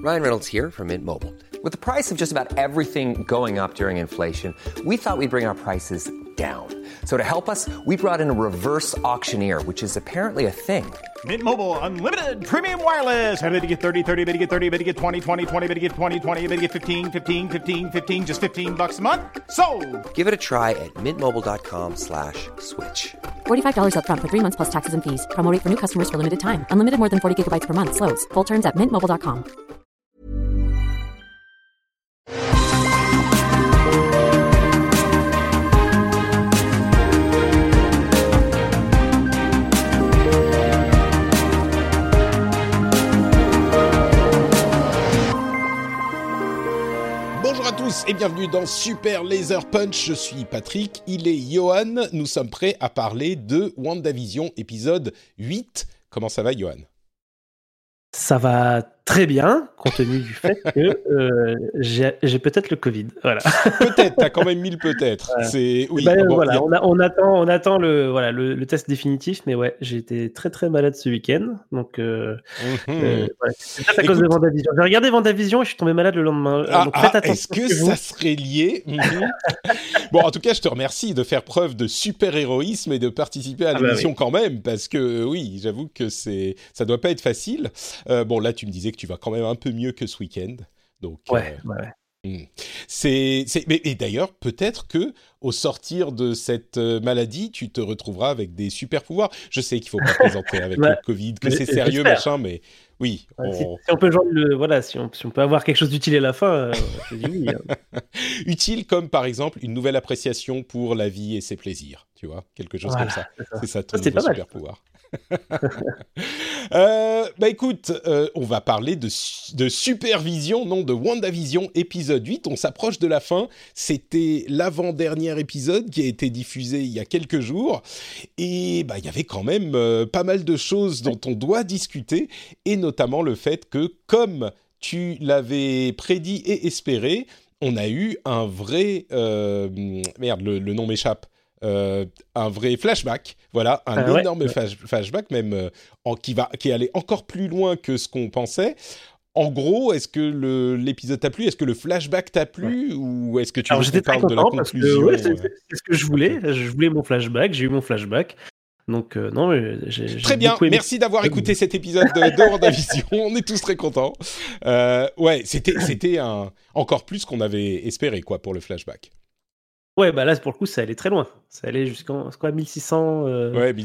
Ryan Reynolds here from Mint Mobile. With the price of just about everything going up during inflation, we thought we'd bring our prices down. So to help us, we brought in a reverse auctioneer, which is apparently a thing. Mint Mobile Unlimited Premium Wireless. How to get 30, 30, bit to get 30, bit to get 20, 20, 20, bit to get 20, 20, bit to get 15, 15, 15, 15, just $15 a month? Sold! Give it a try at mintmobile.com/switch. $45 up front for 3 months plus taxes and fees. Promo rate for new customers for limited time. Unlimited more than 40 gigabytes per month. Slows full terms at mintmobile.com. Bonjour à tous et bienvenue dans Super Laser Punch, je suis Patrick, il est Johan, nous sommes prêts à parler de WandaVision épisode 8. Comment ça va Johan ? Ça va très bien, compte tenu du fait que j'ai peut-être le Covid. Voilà. Peut-être, t'as quand même mis le peut-être. C'est oui. Voilà, on attend le test définitif, mais ouais, j'ai été très très malade ce week-end, donc voilà. C'est peut-être à cause de WandaVision. J'ai regardé WandaVision et je suis tombé malade le lendemain. Donc faites attention. Est-ce que ça serait lié Bon, en tout cas, je te remercie de faire preuve de super-héroïsme et de participer à l'émission quand même, parce que oui, j'avoue que ça doit pas être facile. Bon, là, tu me disais que tu vas quand même un peu mieux que ce week-end. Donc, ouais. Mais d'ailleurs, peut-être que au sortir de cette maladie, tu te retrouveras avec des super pouvoirs. Je sais qu'il faut pas plaisanter avec le Covid, que c'est sérieux, machin, mais oui. Si on peut si on peut avoir quelque chose d'utile à la fin, je dis oui. Utile comme par exemple une nouvelle appréciation pour la vie et ses plaisirs, tu vois, quelque chose comme ça. C'est ça ton nouveau super pouvoir. Écoute, on va parler de Supervision, non de WandaVision épisode 8. On s'approche de la fin. C'était l'avant-dernier épisode qui a été diffusé il y a quelques jours. Et il y avait quand même pas mal de choses dont on doit discuter. Et notamment le fait que, comme tu l'avais prédit et espéré, on a eu un vrai... le nom m'échappe. Un vrai flashback, voilà, un énorme flashback même qui allait encore plus loin que ce qu'on pensait. En gros, est-ce que l'épisode t'a plu ? Est-ce que le flashback t'a plu ? Ou est-ce que tu veux qu'on parle de la conclusion ? C'est ce que je voulais. Je voulais mon flashback, j'ai eu mon flashback. Donc non, j'ai très bien, merci d'avoir écouté cet épisode de WandaVision, on est tous très contents. C'était encore plus qu'on avait espéré quoi pour le flashback. Ouais, là, pour le coup, ça allait très loin. Ça allait jusqu'en 1600... Ouais,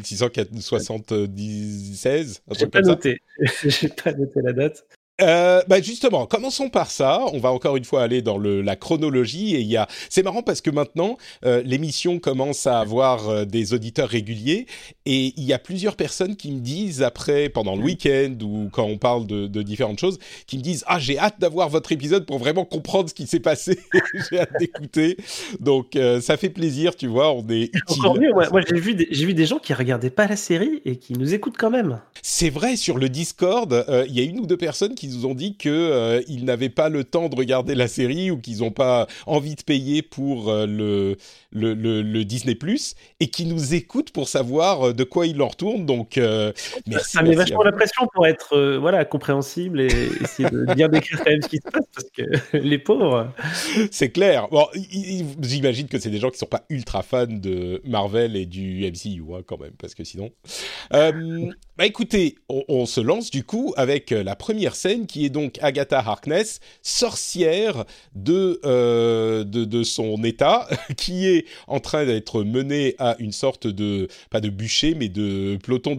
1676, un J'ai truc pas comme noté. J'ai pas noté la date. Justement, commençons par ça. On va encore une fois aller dans la chronologie et c'est marrant parce que maintenant l'émission commence à avoir des auditeurs réguliers et il y a plusieurs personnes qui me disent après, pendant le week-end ou quand on parle de différentes choses, qui me disent j'ai hâte d'avoir votre épisode pour vraiment comprendre ce qui s'est passé. J'ai hâte d'écouter. Donc ça fait plaisir, tu vois, on est utile. Encore mieux, moi j'ai vu des gens qui regardaient pas la série et qui nous écoutent quand même. C'est vrai, sur le Discord, il y a une ou deux personnes qui nous ont dit qu'ils n'avaient pas le temps de regarder la série ou qu'ils n'ont pas envie de payer pour le Disney+, et qui nous écoutent pour savoir de quoi il en retourne. Donc, merci. Ça met vachement la pression pour être compréhensible et essayer de bien décrire quand même ce qui se passe, parce que les pauvres... C'est clair. Bon, j'imagine que c'est des gens qui ne sont pas ultra fans de Marvel et du MCU, quand même, parce que sinon... écoutez, on se lance du coup avec la première scène qui est donc Agatha Harkness, sorcière de son état, qui est en train d'être menée à une sorte de, pas de bûcher, mais de peloton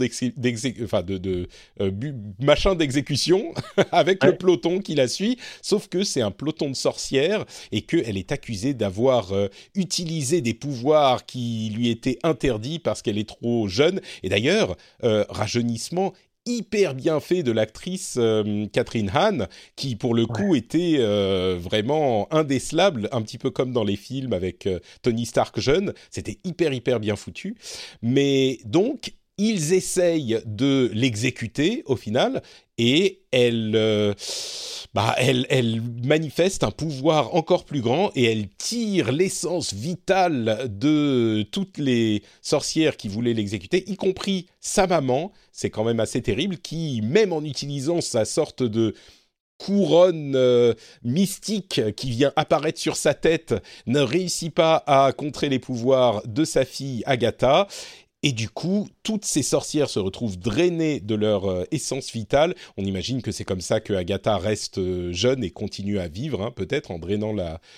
machin d'exécution avec le peloton qui la suit, sauf que c'est un peloton de sorcières et qu'elle est accusée d'avoir utilisé des pouvoirs qui lui étaient interdits parce qu'elle est trop jeune. Et d'ailleurs, rajeunissement hyper bien fait de l'actrice Catherine Hahn, qui pour le coup était vraiment indécelable, un petit peu comme dans les films avec Tony Stark jeune. C'était hyper bien foutu. Mais donc, ils essayent de l'exécuter au final, et elle manifeste un pouvoir encore plus grand et elle tire l'essence vitale de toutes les sorcières qui voulaient l'exécuter, y compris sa maman. C'est quand même assez terrible, qui, même en utilisant sa sorte de couronne mystique qui vient apparaître sur sa tête ne réussit pas à contrer les pouvoirs de sa fille Agatha. Et du coup, toutes ces sorcières se retrouvent drainées de leur essence vitale. On imagine que c'est comme ça que Agatha reste jeune et continue à vivre, hein, peut-être en drainant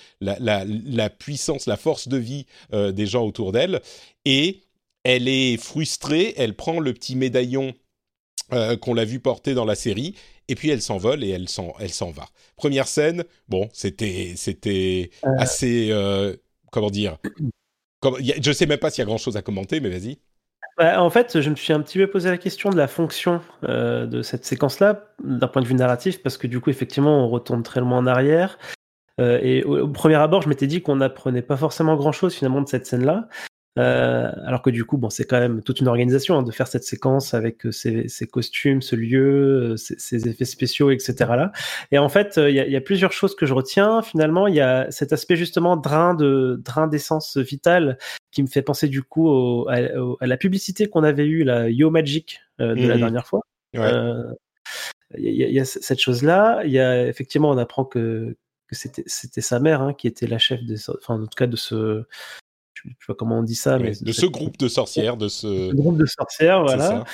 la puissance, la force de vie des gens autour d'elle. Et elle est frustrée, elle prend le petit médaillon qu'on l'a vu porter dans la série, et puis elle s'envole et elle s'en va. Première scène, bon, c'était assez... comment dire je sais même pas s'il y a grand-chose à commenter, mais vas-y. En fait, je me suis un petit peu posé la question de la fonction de cette séquence-là, d'un point de vue narratif, parce que du coup, effectivement, on retourne très loin en arrière. Et au premier abord, je m'étais dit qu'on n'apprenait pas forcément grand-chose finalement de cette scène-là. Alors que du coup, bon, c'est quand même toute une organisation hein, de faire cette séquence avec ces costumes, ce lieu, ces effets spéciaux, etc. là. Et en fait, il y a plusieurs choses que je retiens. Finalement, il y a cet aspect justement drain d'essence vitale qui me fait penser du coup à la publicité qu'on avait eue, la Yo Magic de la dernière fois. Ouais. Il y a cette chose-là. Il y a effectivement, on apprend que c'était sa mère hein, qui était la chef enfin en tout cas de ce je sais pas comment on dit ça, mais de ce groupe de sorcières, de ce groupe de sorcières, voilà.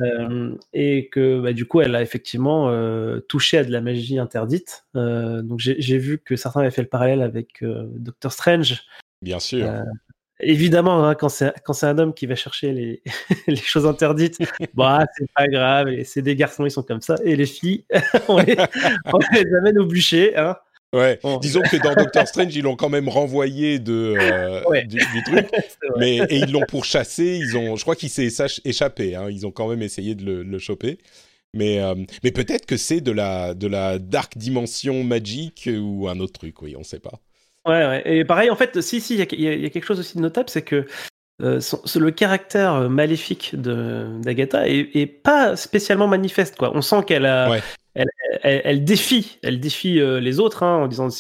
Et que bah, du coup, elle a effectivement touché à de la magie interdite. Donc j'ai vu que certains avaient fait le parallèle avec Doctor Strange. Bien sûr. Évidemment, hein, quand c'est un homme qui va chercher les, les choses interdites, bah c'est pas grave. Et c'est des garçons, ils sont comme ça. Et les filles, on les amène au bûcher, hein. Ouais, disons que dans Doctor Strange, ils l'ont quand même renvoyé du truc, et ils l'ont pourchassé. Je crois qu'il s'est échappé. Hein, ils ont quand même essayé de le choper. Mais peut-être que c'est de la dark dimension magique ou un autre truc. Oui, on sait pas. Ouais. Et pareil, en fait, si, il y a quelque chose aussi de notable, c'est que le caractère maléfique d'Agatha est pas spécialement manifeste, quoi. On sent qu'elle a. Ouais. Elle défie les autres hein, en disant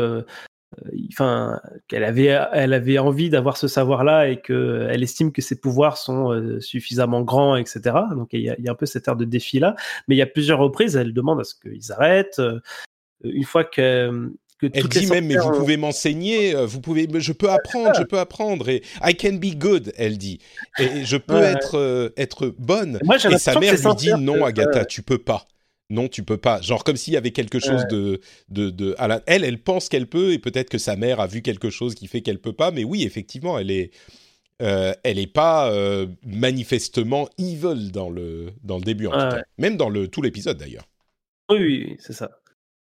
qu'elle avait envie d'avoir ce savoir-là et qu'elle estime que ses pouvoirs sont suffisamment grands, etc. Donc il y a un peu cet air de défi-là. Mais il y a plusieurs reprises, elle demande à ce qu'ils arrêtent. Une fois que elle dit même, mais vous pouvez m'enseigner, je peux apprendre, et I can be good, elle dit, et je peux être bonne. Et sa mère lui dit non, Agatha, tu peux pas. Non, tu peux pas. Genre comme s'il y avait quelque chose elle pense qu'elle peut, et peut-être que sa mère a vu quelque chose qui fait qu'elle peut pas. Mais oui, effectivement, elle est pas manifestement evil dans le début en tout cas. Même dans tout l'épisode d'ailleurs. Oui, c'est ça.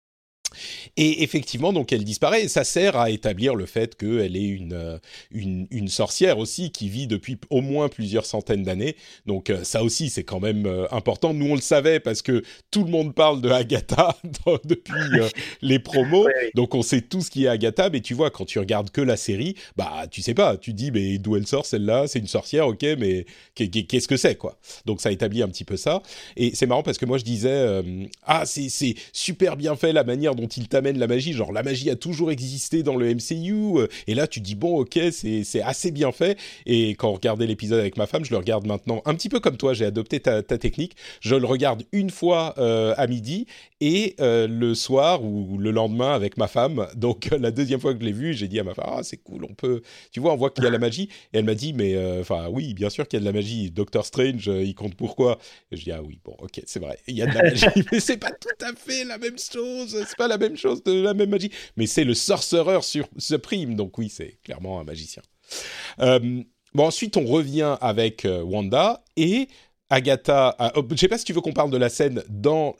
Et effectivement, donc elle disparaît, et ça sert à établir le fait qu'elle est une sorcière aussi qui vit depuis au moins plusieurs centaines d'années. Donc ça aussi, c'est quand même important. Nous, on le savait parce que tout le monde parle de Agatha depuis les promos. Donc on sait tout ce qui est Agatha, mais tu vois, quand tu regardes que la série, bah tu sais pas. Tu dis, mais d'où elle sort celle-là? C'est une sorcière, ok, mais qu'est-ce que c'est, quoi? Donc ça établit un petit peu ça. Et c'est marrant parce que moi, je disais, c'est super bien fait la manière dont il t'amène la magie, genre la magie a toujours existé dans le MCU, et là tu dis bon ok, c'est assez bien fait. Et quand on regardait l'épisode avec ma femme, je le regarde maintenant un petit peu comme toi, j'ai adopté ta technique, je le regarde une fois à midi et le soir ou le lendemain avec ma femme. Donc la deuxième fois que je l'ai vu, j'ai dit à ma femme, c'est cool, tu vois, on voit qu'il y a la magie. Et elle m'a dit, mais oui, bien sûr qu'il y a de la magie, Doctor Strange, il compte pourquoi? Et je dis, ah oui, bon ok, c'est vrai, il y a de la magie, mais c'est pas tout à fait la même chose, c'est pas la même chose, de la même magie, mais c'est le Sorcerer Supreme, donc oui, c'est clairement un magicien. Bon, ensuite on revient avec Wanda et Agatha. Je sais pas si tu veux qu'on parle de la scène dans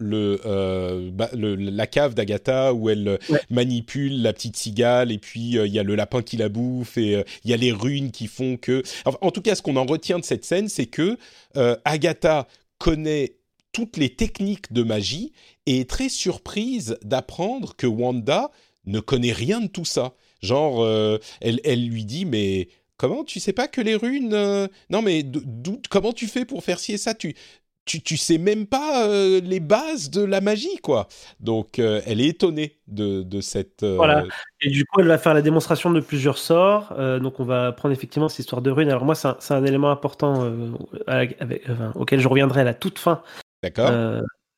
la cave d'Agatha où elle manipule la petite cigale, et puis il y a le lapin qui la bouffe, et il y a les runes qui font que... Enfin, en tout cas, ce qu'on en retient de cette scène, c'est que Agatha connaît toutes les techniques de magie et est très surprise d'apprendre que Wanda ne connaît rien de tout ça. Genre, elle lui dit, mais comment tu sais pas que les runes... Non, mais comment tu fais pour faire ci et ça? Tu sais même pas les bases de la magie, quoi. Donc, elle est étonnée de cette... Voilà. Et du coup, elle va faire la démonstration de plusieurs sorts. Donc, on va prendre effectivement cette histoire de runes. Alors moi, c'est un élément important auquel je reviendrai à la toute fin. D'accord.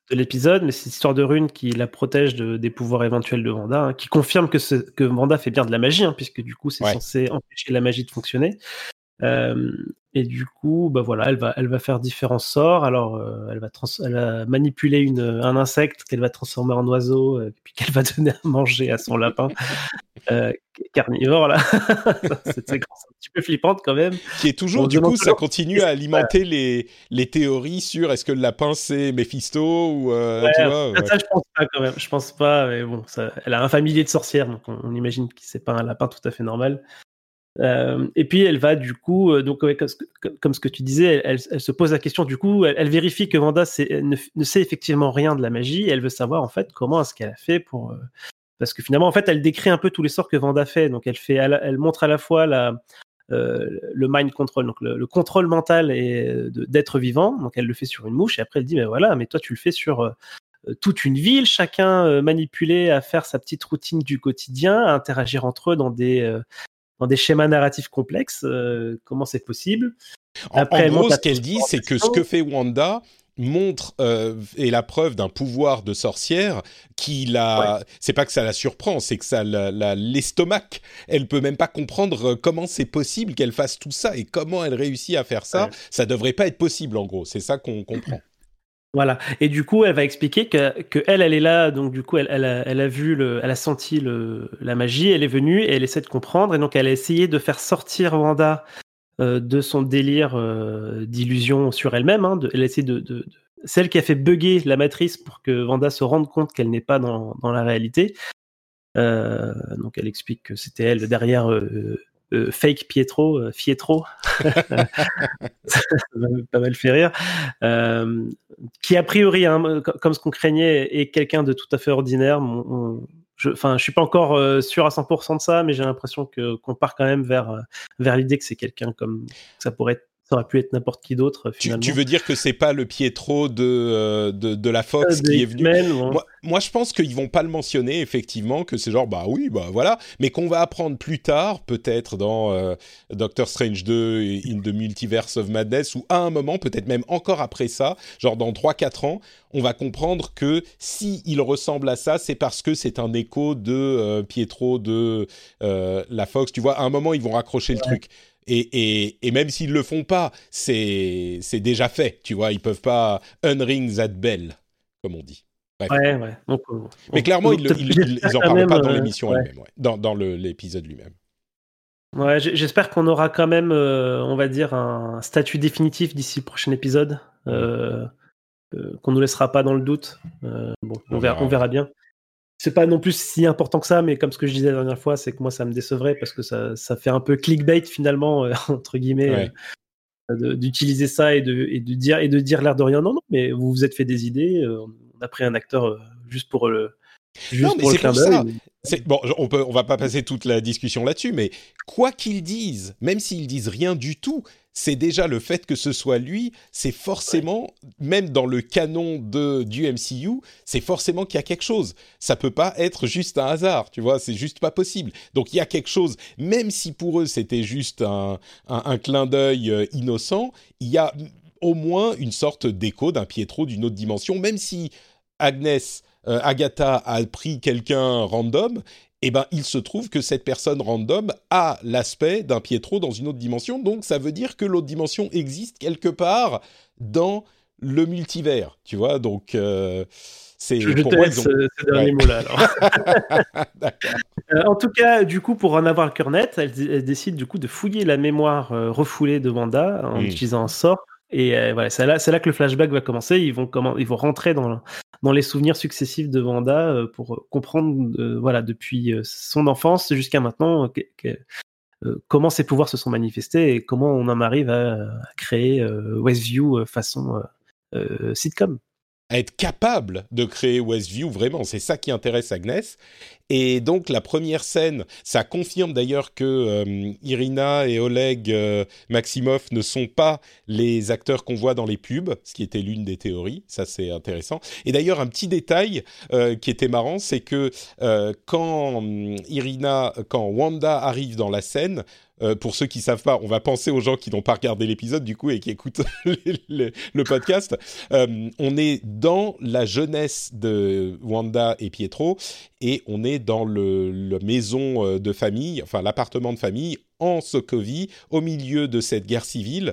de l'épisode, mais c'est l'histoire de Rune qui la protège des pouvoirs éventuels de Wanda, hein, qui confirme que Wanda fait bien de la magie, hein, puisque du coup c'est censé empêcher la magie de fonctionner. Et du coup, bah voilà, elle va faire différents sorts. Alors, elle va manipuler un insecte qu'elle va transformer en oiseau, puis qu'elle va donner à manger à son lapin carnivore là. Cette séquence un petit peu flippante quand même. Qui est toujours, du coup, ça continue à alimenter les théories sur est-ce que le lapin c'est Mephisto ou tu vois. Ça, je pense pas quand même. Je pense pas, mais bon, elle a un familier de sorcières, donc on imagine que c'est pas un lapin tout à fait normal. Et puis elle va du coup, donc comme ce que tu disais, elle se pose la question. Du coup, elle vérifie que Wanda ne sait effectivement rien de la magie. Et elle veut savoir en fait comment est-ce qu'elle a fait pour, parce que finalement en fait elle décrit un peu tous les sorts que Wanda fait. Donc elle montre à la fois le mind control, donc le contrôle mental d'être vivant. Donc elle le fait sur une mouche et après elle dit mais voilà, mais toi tu le fais sur toute une ville, chacun manipulé à faire sa petite routine du quotidien, à interagir entre eux dans des schémas narratifs complexes, comment c'est possible. Après, en gros, ce qu'elle dit, c'est que ce que fait Wanda montre est la preuve d'un pouvoir de sorcière c'est pas que ça la surprend, c'est que ça l'estomac. Elle peut même pas comprendre comment c'est possible qu'elle fasse tout ça et comment elle réussit à faire ça. Ça devrait pas être possible, en gros. C'est ça qu'on comprend. Voilà. Et du coup, elle va expliquer que elle est là. Donc du coup, elle a vu elle a senti la magie. Elle est venue et elle essaie de comprendre. Et donc, elle a essayé de faire sortir Wanda de son délire d'illusion sur elle-même. Hein, elle a essayé celle qui a fait bugger la matrice pour que Wanda se rende compte qu'elle n'est pas dans la réalité. Donc, elle explique que c'était elle derrière. Fake Fietro, ça m'a pas mal fait rire, qui a priori, hein, comme ce qu'on craignait, est quelqu'un de tout à fait ordinaire. Je suis pas encore sûr à 100% de ça, mais j'ai l'impression qu'on part quand même vers l'idée que c'est quelqu'un comme ça aurait pu être n'importe qui d'autre finalement. Tu veux dire que c'est pas le Pietro de la Fox qui est venu. Moi, je pense qu'ils vont pas le mentionner effectivement, que c'est genre bah oui, bah voilà, mais qu'on va apprendre plus tard, peut-être dans Doctor Strange 2 in the Multiverse of Madness, ou à un moment, peut-être même encore après ça, genre dans 3-4 ans, on va comprendre que si il ressemble à ça, c'est parce que c'est un écho de Pietro de la Fox. Tu vois, à un moment, ils vont raccrocher le truc. Et même s'ils le font pas, c'est déjà fait, tu vois. Ils peuvent pas unring that bell, comme on dit. Bref. Ouais. Donc, mais clairement, ils en parlent pas dans l'émission elle-même, dans l'épisode lui-même. Ouais, j'espère qu'on aura quand même, on va dire, un statut définitif d'ici le prochain épisode, qu'on nous laissera pas dans le doute. On verra bien. C'est pas non plus si important que ça, mais comme ce que je disais la dernière fois, c'est que moi ça me décevrait parce que ça fait un peu clickbait finalement, entre guillemets, d'utiliser ça et de dire l'air de rien. Non, mais vous vous êtes fait des idées, on a pris un acteur juste pour le clin d'œil. Bon, on va pas passer toute la discussion là-dessus, mais quoi qu'ils disent, même s'ils disent rien du tout, c'est déjà le fait que ce soit lui, c'est forcément, même dans le canon du MCU, c'est forcément qu'il y a quelque chose. Ça peut pas être juste un hasard, tu vois, c'est juste pas possible. Donc il y a quelque chose, même si pour eux c'était juste un clin d'œil innocent, il y a au moins une sorte d'écho d'un Pietro d'une autre dimension, même si Agatha a pris quelqu'un random, eh ben, il se trouve que cette personne random a l'aspect d'un Pietro dans une autre dimension, donc ça veut dire que l'autre dimension existe quelque part dans le multivers, tu vois, donc c'est... Je te laisse ce dernier mot-là, alors. En tout cas, du coup, pour en avoir le cœur net, elle décide du coup de fouiller la mémoire refoulée de Wanda en utilisant un sort. Et voilà, c'est là que le flashback va commencer. Ils vont rentrer dans les souvenirs successifs de Wanda pour comprendre, depuis son enfance jusqu'à maintenant, comment ses pouvoirs se sont manifestés et comment on en arrive à créer Westview façon sitcom. À être capable de créer Westview, vraiment, c'est ça qui intéresse Agnès. Et donc la première scène, ça confirme d'ailleurs que Irina et Oleg Maximoff ne sont pas les acteurs qu'on voit dans les pubs, ce qui était l'une des théories, ça c'est intéressant. Et d'ailleurs un petit détail qui était marrant, c'est que quand Wanda arrive dans la scène, pour ceux qui savent pas, on va penser aux gens qui n'ont pas regardé l'épisode du coup et qui écoutent le podcast. On est dans la jeunesse de Wanda et Pietro et on est dans la maison de famille, enfin l'appartement de famille en Sokovie, au milieu de cette guerre civile.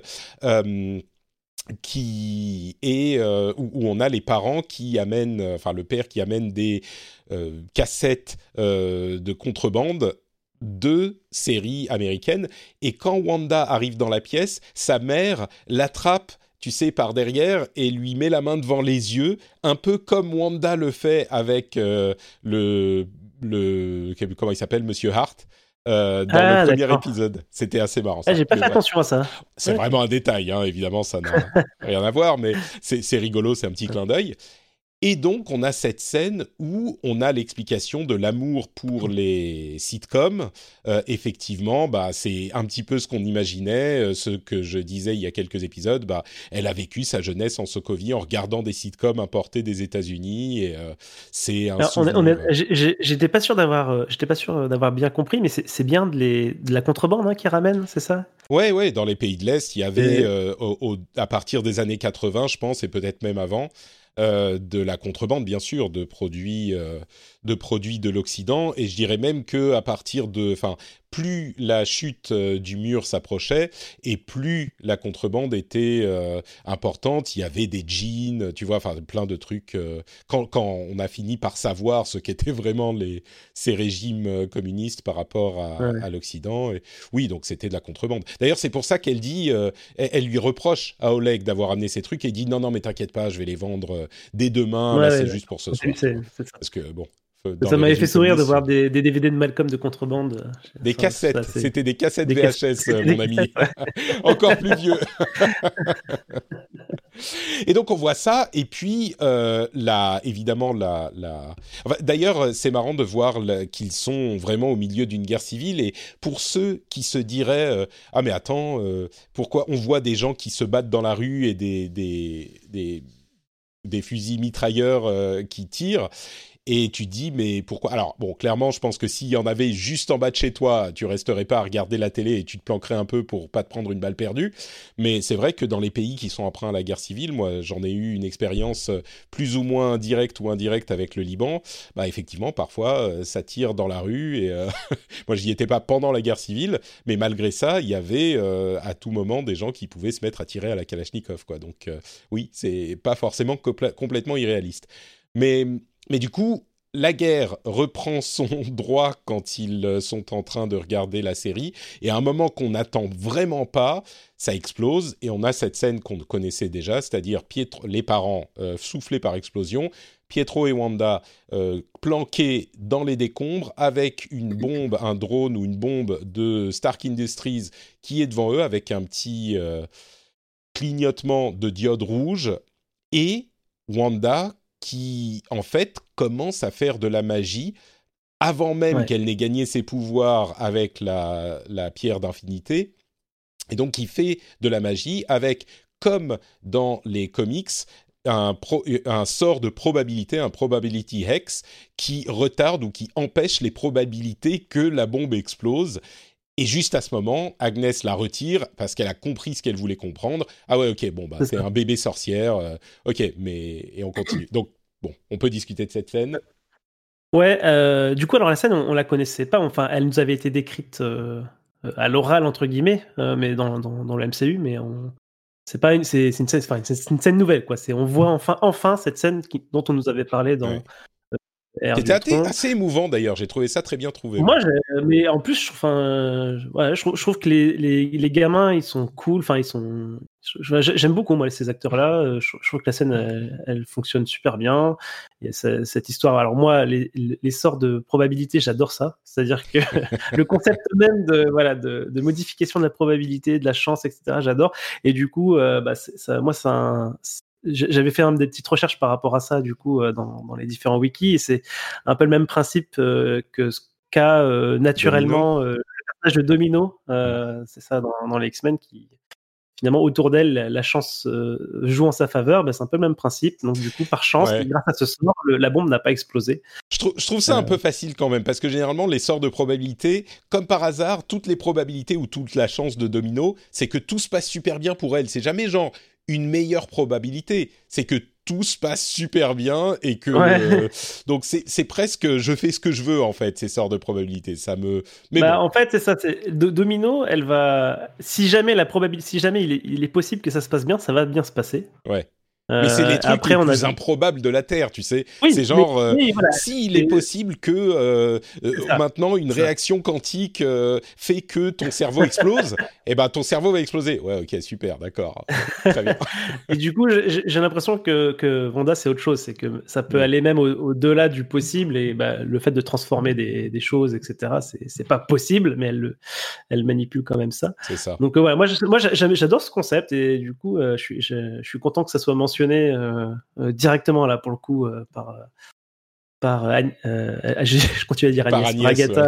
Qui est où on a les parents qui amènent, enfin le père qui amène des cassettes de contrebande de séries américaines, et quand Wanda arrive dans la pièce, sa mère l'attrape, tu sais, par derrière et lui met la main devant les yeux, un peu comme Wanda le fait avec comment il s'appelle, Monsieur Hart. Dans le premier épisode. C'était assez marrant. J'ai pas fait attention à ça. C'est vraiment un détail, hein, évidemment, ça n'a rien à voir, mais c'est rigolo, c'est un petit clin d'œil. Et donc, on a cette scène où on a l'explication de l'amour pour les sitcoms. Effectivement, c'est un petit peu ce qu'on imaginait, ce que je disais il y a quelques épisodes. Elle a vécu sa jeunesse en Sokovie en regardant des sitcoms importés des États-Unis. Et c'est un souvenir. J'étais pas sûr d'avoir bien compris, mais c'est bien de la contrebande qui ramène, c'est ça ? Ouais, dans les pays de l'Est, il y avait à partir des années 80, je pense, et peut-être même avant. De la contrebande, bien sûr, de produits de l'Occident, et je dirais même que à partir plus la chute du mur s'approchait et plus la contrebande était importante. Il y avait des jeans, tu vois, plein de trucs. Quand on a fini par savoir ce qu'étaient vraiment ces régimes communistes par rapport à l'Occident. Et, oui, donc c'était de la contrebande. D'ailleurs, c'est pour ça qu'elle dit, elle lui reproche à Oleg d'avoir amené ces trucs et dit non, mais t'inquiète pas, je vais les vendre dès demain. C'est juste pour ce soir. C'est ça. Parce que bon. Ça m'avait fait sourire de voir des DVD de Malcolm de contrebande. Des cassettes, c'était des cassettes VHS, mon ami. Encore plus vieux. Et donc on voit ça, et puis évidemment d'ailleurs c'est marrant de voir qu'ils sont vraiment au milieu d'une guerre civile, et pour ceux qui se diraient ah mais attends, pourquoi on voit des gens qui se battent dans la rue et des fusils mitrailleurs qui tirent. Et tu dis, mais pourquoi ? Alors, bon, clairement, je pense que s'il y en avait juste en bas de chez toi, tu resterais pas à regarder la télé et tu te planquerais un peu pour pas te prendre une balle perdue. Mais c'est vrai que dans les pays qui sont emprunts à la guerre civile, moi, j'en ai eu une expérience plus ou moins directe ou indirecte avec le Liban. Effectivement, parfois, ça tire dans la rue. Et moi, j'y étais pas pendant la guerre civile, mais malgré ça, il y avait à tout moment des gens qui pouvaient se mettre à tirer à la Kalachnikov, quoi. Donc, oui, c'est pas forcément complètement irréaliste. Mais du coup, la guerre reprend son droit quand ils sont en train de regarder la série. Et à un moment qu'on n'attend vraiment pas, ça explose. Et on a cette scène qu'on connaissait déjà, c'est-à-dire les parents soufflés par explosion, Pietro et Wanda planqués dans les décombres avec une bombe, un drone ou une bombe de Stark Industries qui est devant eux avec un petit clignotement de diode rouge. Et Wanda qui, en fait, commence à faire de la magie avant même qu'elle n'ait gagné ses pouvoirs avec la pierre d'infinité. Et donc, il fait de la magie avec, comme dans les comics, un sort de probabilité, un probability hex, qui retarde ou qui empêche les probabilités que la bombe explose. Et juste à ce moment, Agnès la retire parce qu'elle a compris ce qu'elle voulait comprendre. Ah ouais, ok, bon, c'est un bébé sorcière. Ok, et on continue. Donc, bon, on peut discuter de cette scène. Ouais, du coup, alors la scène, on la connaissait pas. Enfin, elle nous avait été décrite à l'oral, entre guillemets, mais dans le MCU, mais c'est une scène nouvelle, quoi. On voit enfin cette scène dont on nous avait parlé dans... Ouais. C'était assez émouvant d'ailleurs, j'ai trouvé ça très bien trouvé. Moi, mais en plus, je trouve que les gamins, ils sont cool. Enfin, j'aime beaucoup moi ces acteurs-là. Je trouve que la scène, elle fonctionne super bien. Il y a cette histoire. Alors moi, les sorts de probabilité, j'adore ça. C'est-à-dire que le concept même de modification de la probabilité, de la chance, etc. J'adore. Et du coup, j'avais fait des petites recherches par rapport à ça, du coup, dans les différents wikis, et c'est un peu le même principe que ce qu'a naturellement le personnage de Domino, c'est ça, dans les X-Men, qui finalement autour d'elle la chance joue en sa faveur, c'est un peu le même principe. Donc du coup, par chance, grâce à ce sort, la bombe n'a pas explosé. Je trouve ça un peu facile quand même, parce que généralement les sorts de probabilité, comme par hasard, toutes les probabilités ou toute la chance de domino, c'est que tout se passe super bien pour elle. C'est jamais genre une meilleure probabilité, c'est que tout se passe super bien et que donc c'est presque je fais ce que je veux en fait, ces sorts de probabilité. Ça me en fait c'est ça, domino, elle va si jamais il est possible que ça se passe bien, ça va bien se passer. Ouais. Mais c'est les trucs les plus improbables de la Terre, tu sais. C'est genre, s'il est possible que maintenant une réaction quantique fait que ton cerveau explose, et ben ton cerveau va exploser. Ouais, ok, super, d'accord. Très bien. Et du coup, j'ai l'impression que Wanda, c'est autre chose. C'est que ça peut aller même au-delà du possible. Et le fait de transformer des choses, etc., c'est pas possible, mais elle manipule quand même ça. C'est ça. Donc, moi j'adore ce concept. Et du coup, je suis content que ça soit mentionné directement là pour le coup je continue à dire Agnès, Agatha.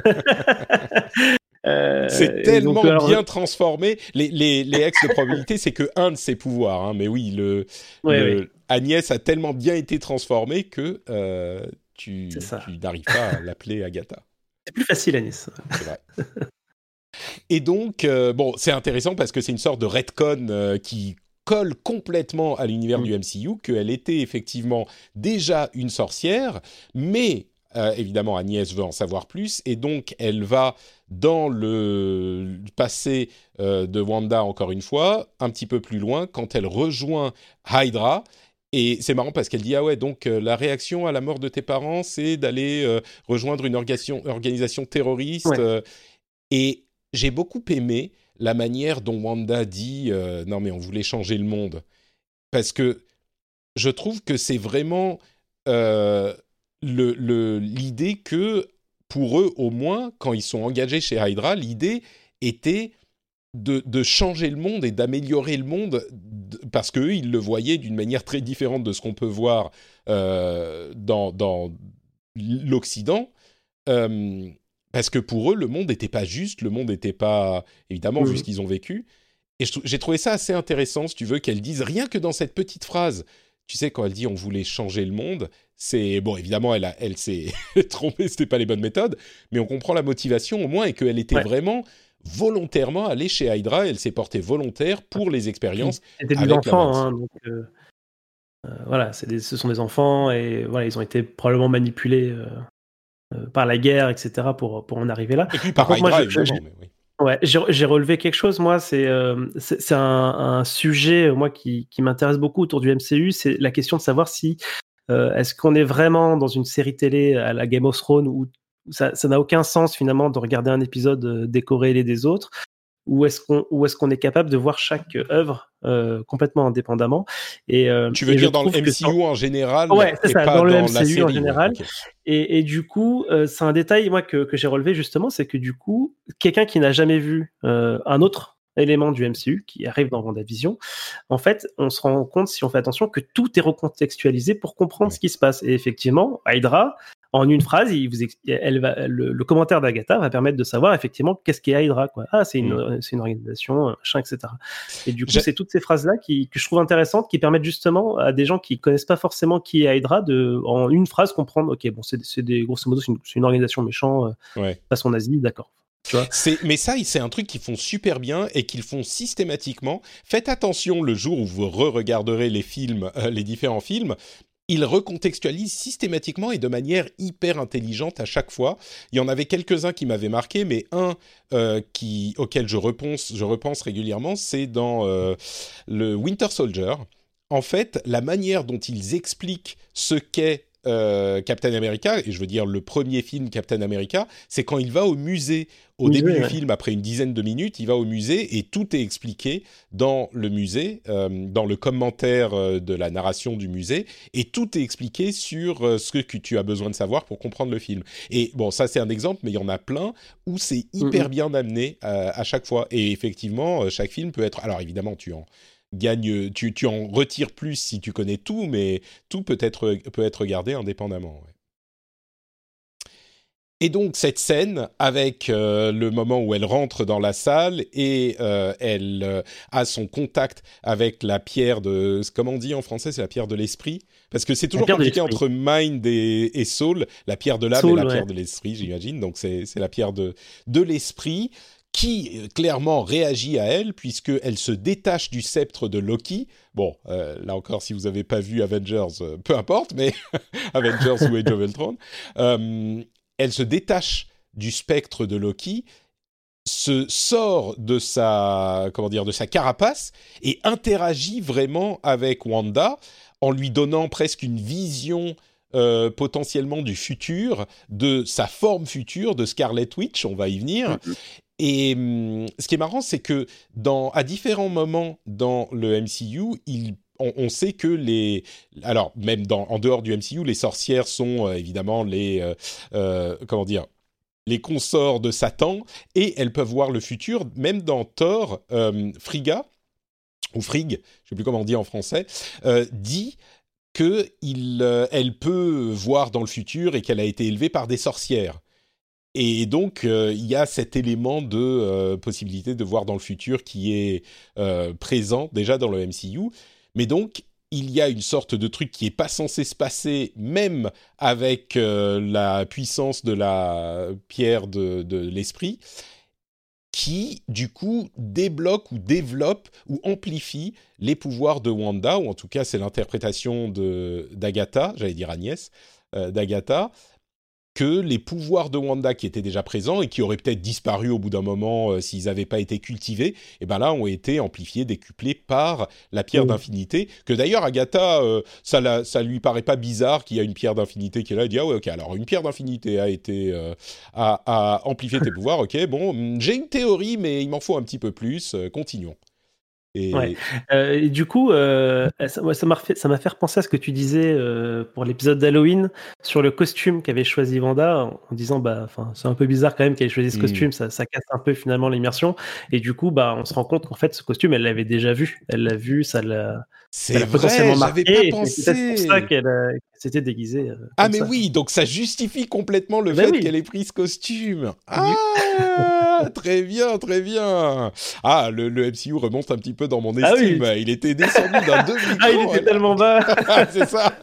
C'est tellement bien transformé. Les ex de probabilité, c'est que un de ses pouvoirs, hein, mais oui, Agnès a tellement bien été transformée que tu n'arrives pas à l'appeler Agatha. C'est plus facile, Agnès. C'est vrai. Et donc, c'est intéressant parce que c'est une sorte de retcon qui colle complètement à l'univers du MCU, qu'elle était effectivement déjà une sorcière, mais évidemment Agnès veut en savoir plus, et donc elle va dans le passé de Wanda, encore une fois, un petit peu plus loin, quand elle rejoint Hydra. Et c'est marrant parce qu'elle dit « Ah ouais, donc la réaction à la mort de tes parents, c'est d'aller rejoindre une organisation terroriste. » Et j'ai beaucoup aimé la manière dont Wanda dit « Non mais on voulait changer le monde ». Parce que je trouve que c'est vraiment l'idée que, pour eux au moins, quand ils sont engagés chez Hydra, l'idée était de changer le monde et d'améliorer le monde, parce qu'eux, ils le voyaient d'une manière très différente de ce qu'on peut voir dans l'Occident. Parce que pour eux, le monde n'était pas juste, le monde n'était pas, évidemment, vu ce qu'ils ont vécu. Et j'ai trouvé ça assez intéressant, si tu veux, qu'elle dise, rien que dans cette petite phrase, tu sais, quand elle dit « on voulait changer le monde », c'est, bon, évidemment, elle s'est trompée, c'était pas les bonnes méthodes, mais on comprend la motivation au moins, et qu'elle était vraiment volontairement allée chez Hydra, elle s'est portée volontaire pour les expériences avec des enfants, hein, donc voilà, ce sont des enfants, et voilà, ils ont été probablement manipulés par la guerre, etc., pour en arriver là. Et puis par Hydra, moi, évidemment, mais oui. Ouais, j'ai relevé quelque chose, moi, c'est un sujet, moi, qui m'intéresse beaucoup autour du MCU, c'est la question de savoir si est-ce qu'on est vraiment dans une série télé à la Game of Thrones où ça n'a aucun sens finalement de regarder un épisode décorrélé des autres, ou est-ce qu'on est capable de voir chaque œuvre complètement indépendamment. Et tu veux dire dans le MCU en général? Ouais, c'est ça, dans le MCU la série, en général. Okay. Et du coup, c'est un détail moi que j'ai relevé justement, c'est que du coup, quelqu'un qui n'a jamais vu un autre élément du MCU qui arrive dans WandaVision, en fait, on se rend compte, si on fait attention, que tout est recontextualisé pour comprendre ce qui se passe. Et effectivement, Hydra, en une phrase, le commentaire d'Agatha va permettre de savoir effectivement qu'est-ce qu'est Hydra, quoi. Ah, c'est une organisation, machin, etc. Et du coup, c'est toutes ces phrases-là que je trouve intéressantes, qui permettent justement à des gens qui connaissent pas forcément qui est Hydra de, en une phrase, comprendre. Ok, bon, c'est grosso modo, c'est une organisation méchante, façon nazie, d'accord. Tu vois, mais ça, c'est un truc qu'ils font super bien et qu'ils font systématiquement. Faites attention le jour où vous re-regarderez les films, les différents films. Ils recontextualisent systématiquement et de manière hyper intelligente à chaque fois. Il y en avait quelques-uns qui m'avaient marqué, mais un auquel je repense régulièrement, c'est dans le Winter Soldier. En fait, la manière dont ils expliquent ce qu'est Captain America, et je veux dire le premier film Captain America, c'est quand il va au musée au début du film, après une dizaine de minutes, il va au musée et tout est expliqué dans le musée, dans le commentaire de la narration du musée, et tout est expliqué sur ce que tu as besoin de savoir pour comprendre le film. Et bon, ça c'est un exemple, mais il y en a plein où c'est hyper bien amené à chaque fois. Et effectivement, chaque film peut être... Alors évidemment, tu en retires plus si tu connais tout, mais tout peut être regardé indépendamment. Ouais. Et donc cette scène avec le moment où elle rentre dans la salle et elle a son contact avec la pierre de... Comment on dit en français? C'est la pierre de l'esprit? Parce que c'est toujours compliqué entre mind et soul. La pierre de l'âme et la pierre de l'esprit, j'imagine. Donc c'est la pierre de l'esprit qui clairement réagit à elle puisqu'elle se détache du sceptre de Loki. Bon, là encore, si vous n'avez pas vu Avengers, peu importe, mais Avengers ou Age of Ultron... elle se détache du spectre de Loki, se sort de sa carapace et interagit vraiment avec Wanda en lui donnant presque une vision potentiellement du futur, de sa forme future, de Scarlet Witch, on va y venir. Et ce qui est marrant, c'est que à différents moments dans le MCU, on sait que alors même en dehors du MCU, les sorcières sont évidemment les consorts de Satan et elles peuvent voir le futur. Même dans Thor, Frigga ou Frigg, je sais plus comment on dit en français, dit qu'elle peut voir dans le futur et qu'elle a été élevée par des sorcières. Et donc, il y a cet élément de possibilité de voir dans le futur qui est présent déjà dans le MCU. Mais donc, il y a une sorte de truc qui n'est pas censé se passer, même avec la puissance de la pierre de l'esprit, qui, du coup, débloque ou développe ou amplifie les pouvoirs de Wanda, ou en tout cas, c'est l'interprétation d'Agatha, j'allais dire Agnès, d'Agatha, que les pouvoirs de Wanda qui étaient déjà présents et qui auraient peut-être disparu au bout d'un moment s'ils n'avaient pas été cultivés, et ben là ont été amplifiés, décuplés par la pierre d'infinité. Que d'ailleurs Agatha, ça lui paraît pas bizarre qu'il y a une pierre d'infinité qui est là. Elle dit ah ouais ok, alors une pierre d'infinité a été a amplifié tes pouvoirs. Ok bon, j'ai une théorie mais il m'en faut un petit peu plus. Continuons. Et du coup, ça m'a fait repenser à ce que tu disais pour l'épisode d'Halloween sur le costume qu'avait choisi Wanda, en disant c'est un peu bizarre quand même qu'elle ait choisi ce costume, ça casse un peu finalement l'immersion. Et du coup, on se rend compte qu'en fait, ce costume, elle l'avait déjà vu. Elle l'a vu, ça l'a potentiellement marqué. J'avais pas pensé. C'est peut-être pour ça qu'elle s'était déguisée. Ah mais oui, donc ça justifie complètement le fait qu'elle ait pris ce costume. Ah, très bien, très bien. Ah, le MCU remonte un petit peu dans mon estime. Ah oui. Il était descendu d'un demi-cran. Ah, il était tellement bas. C'est ça.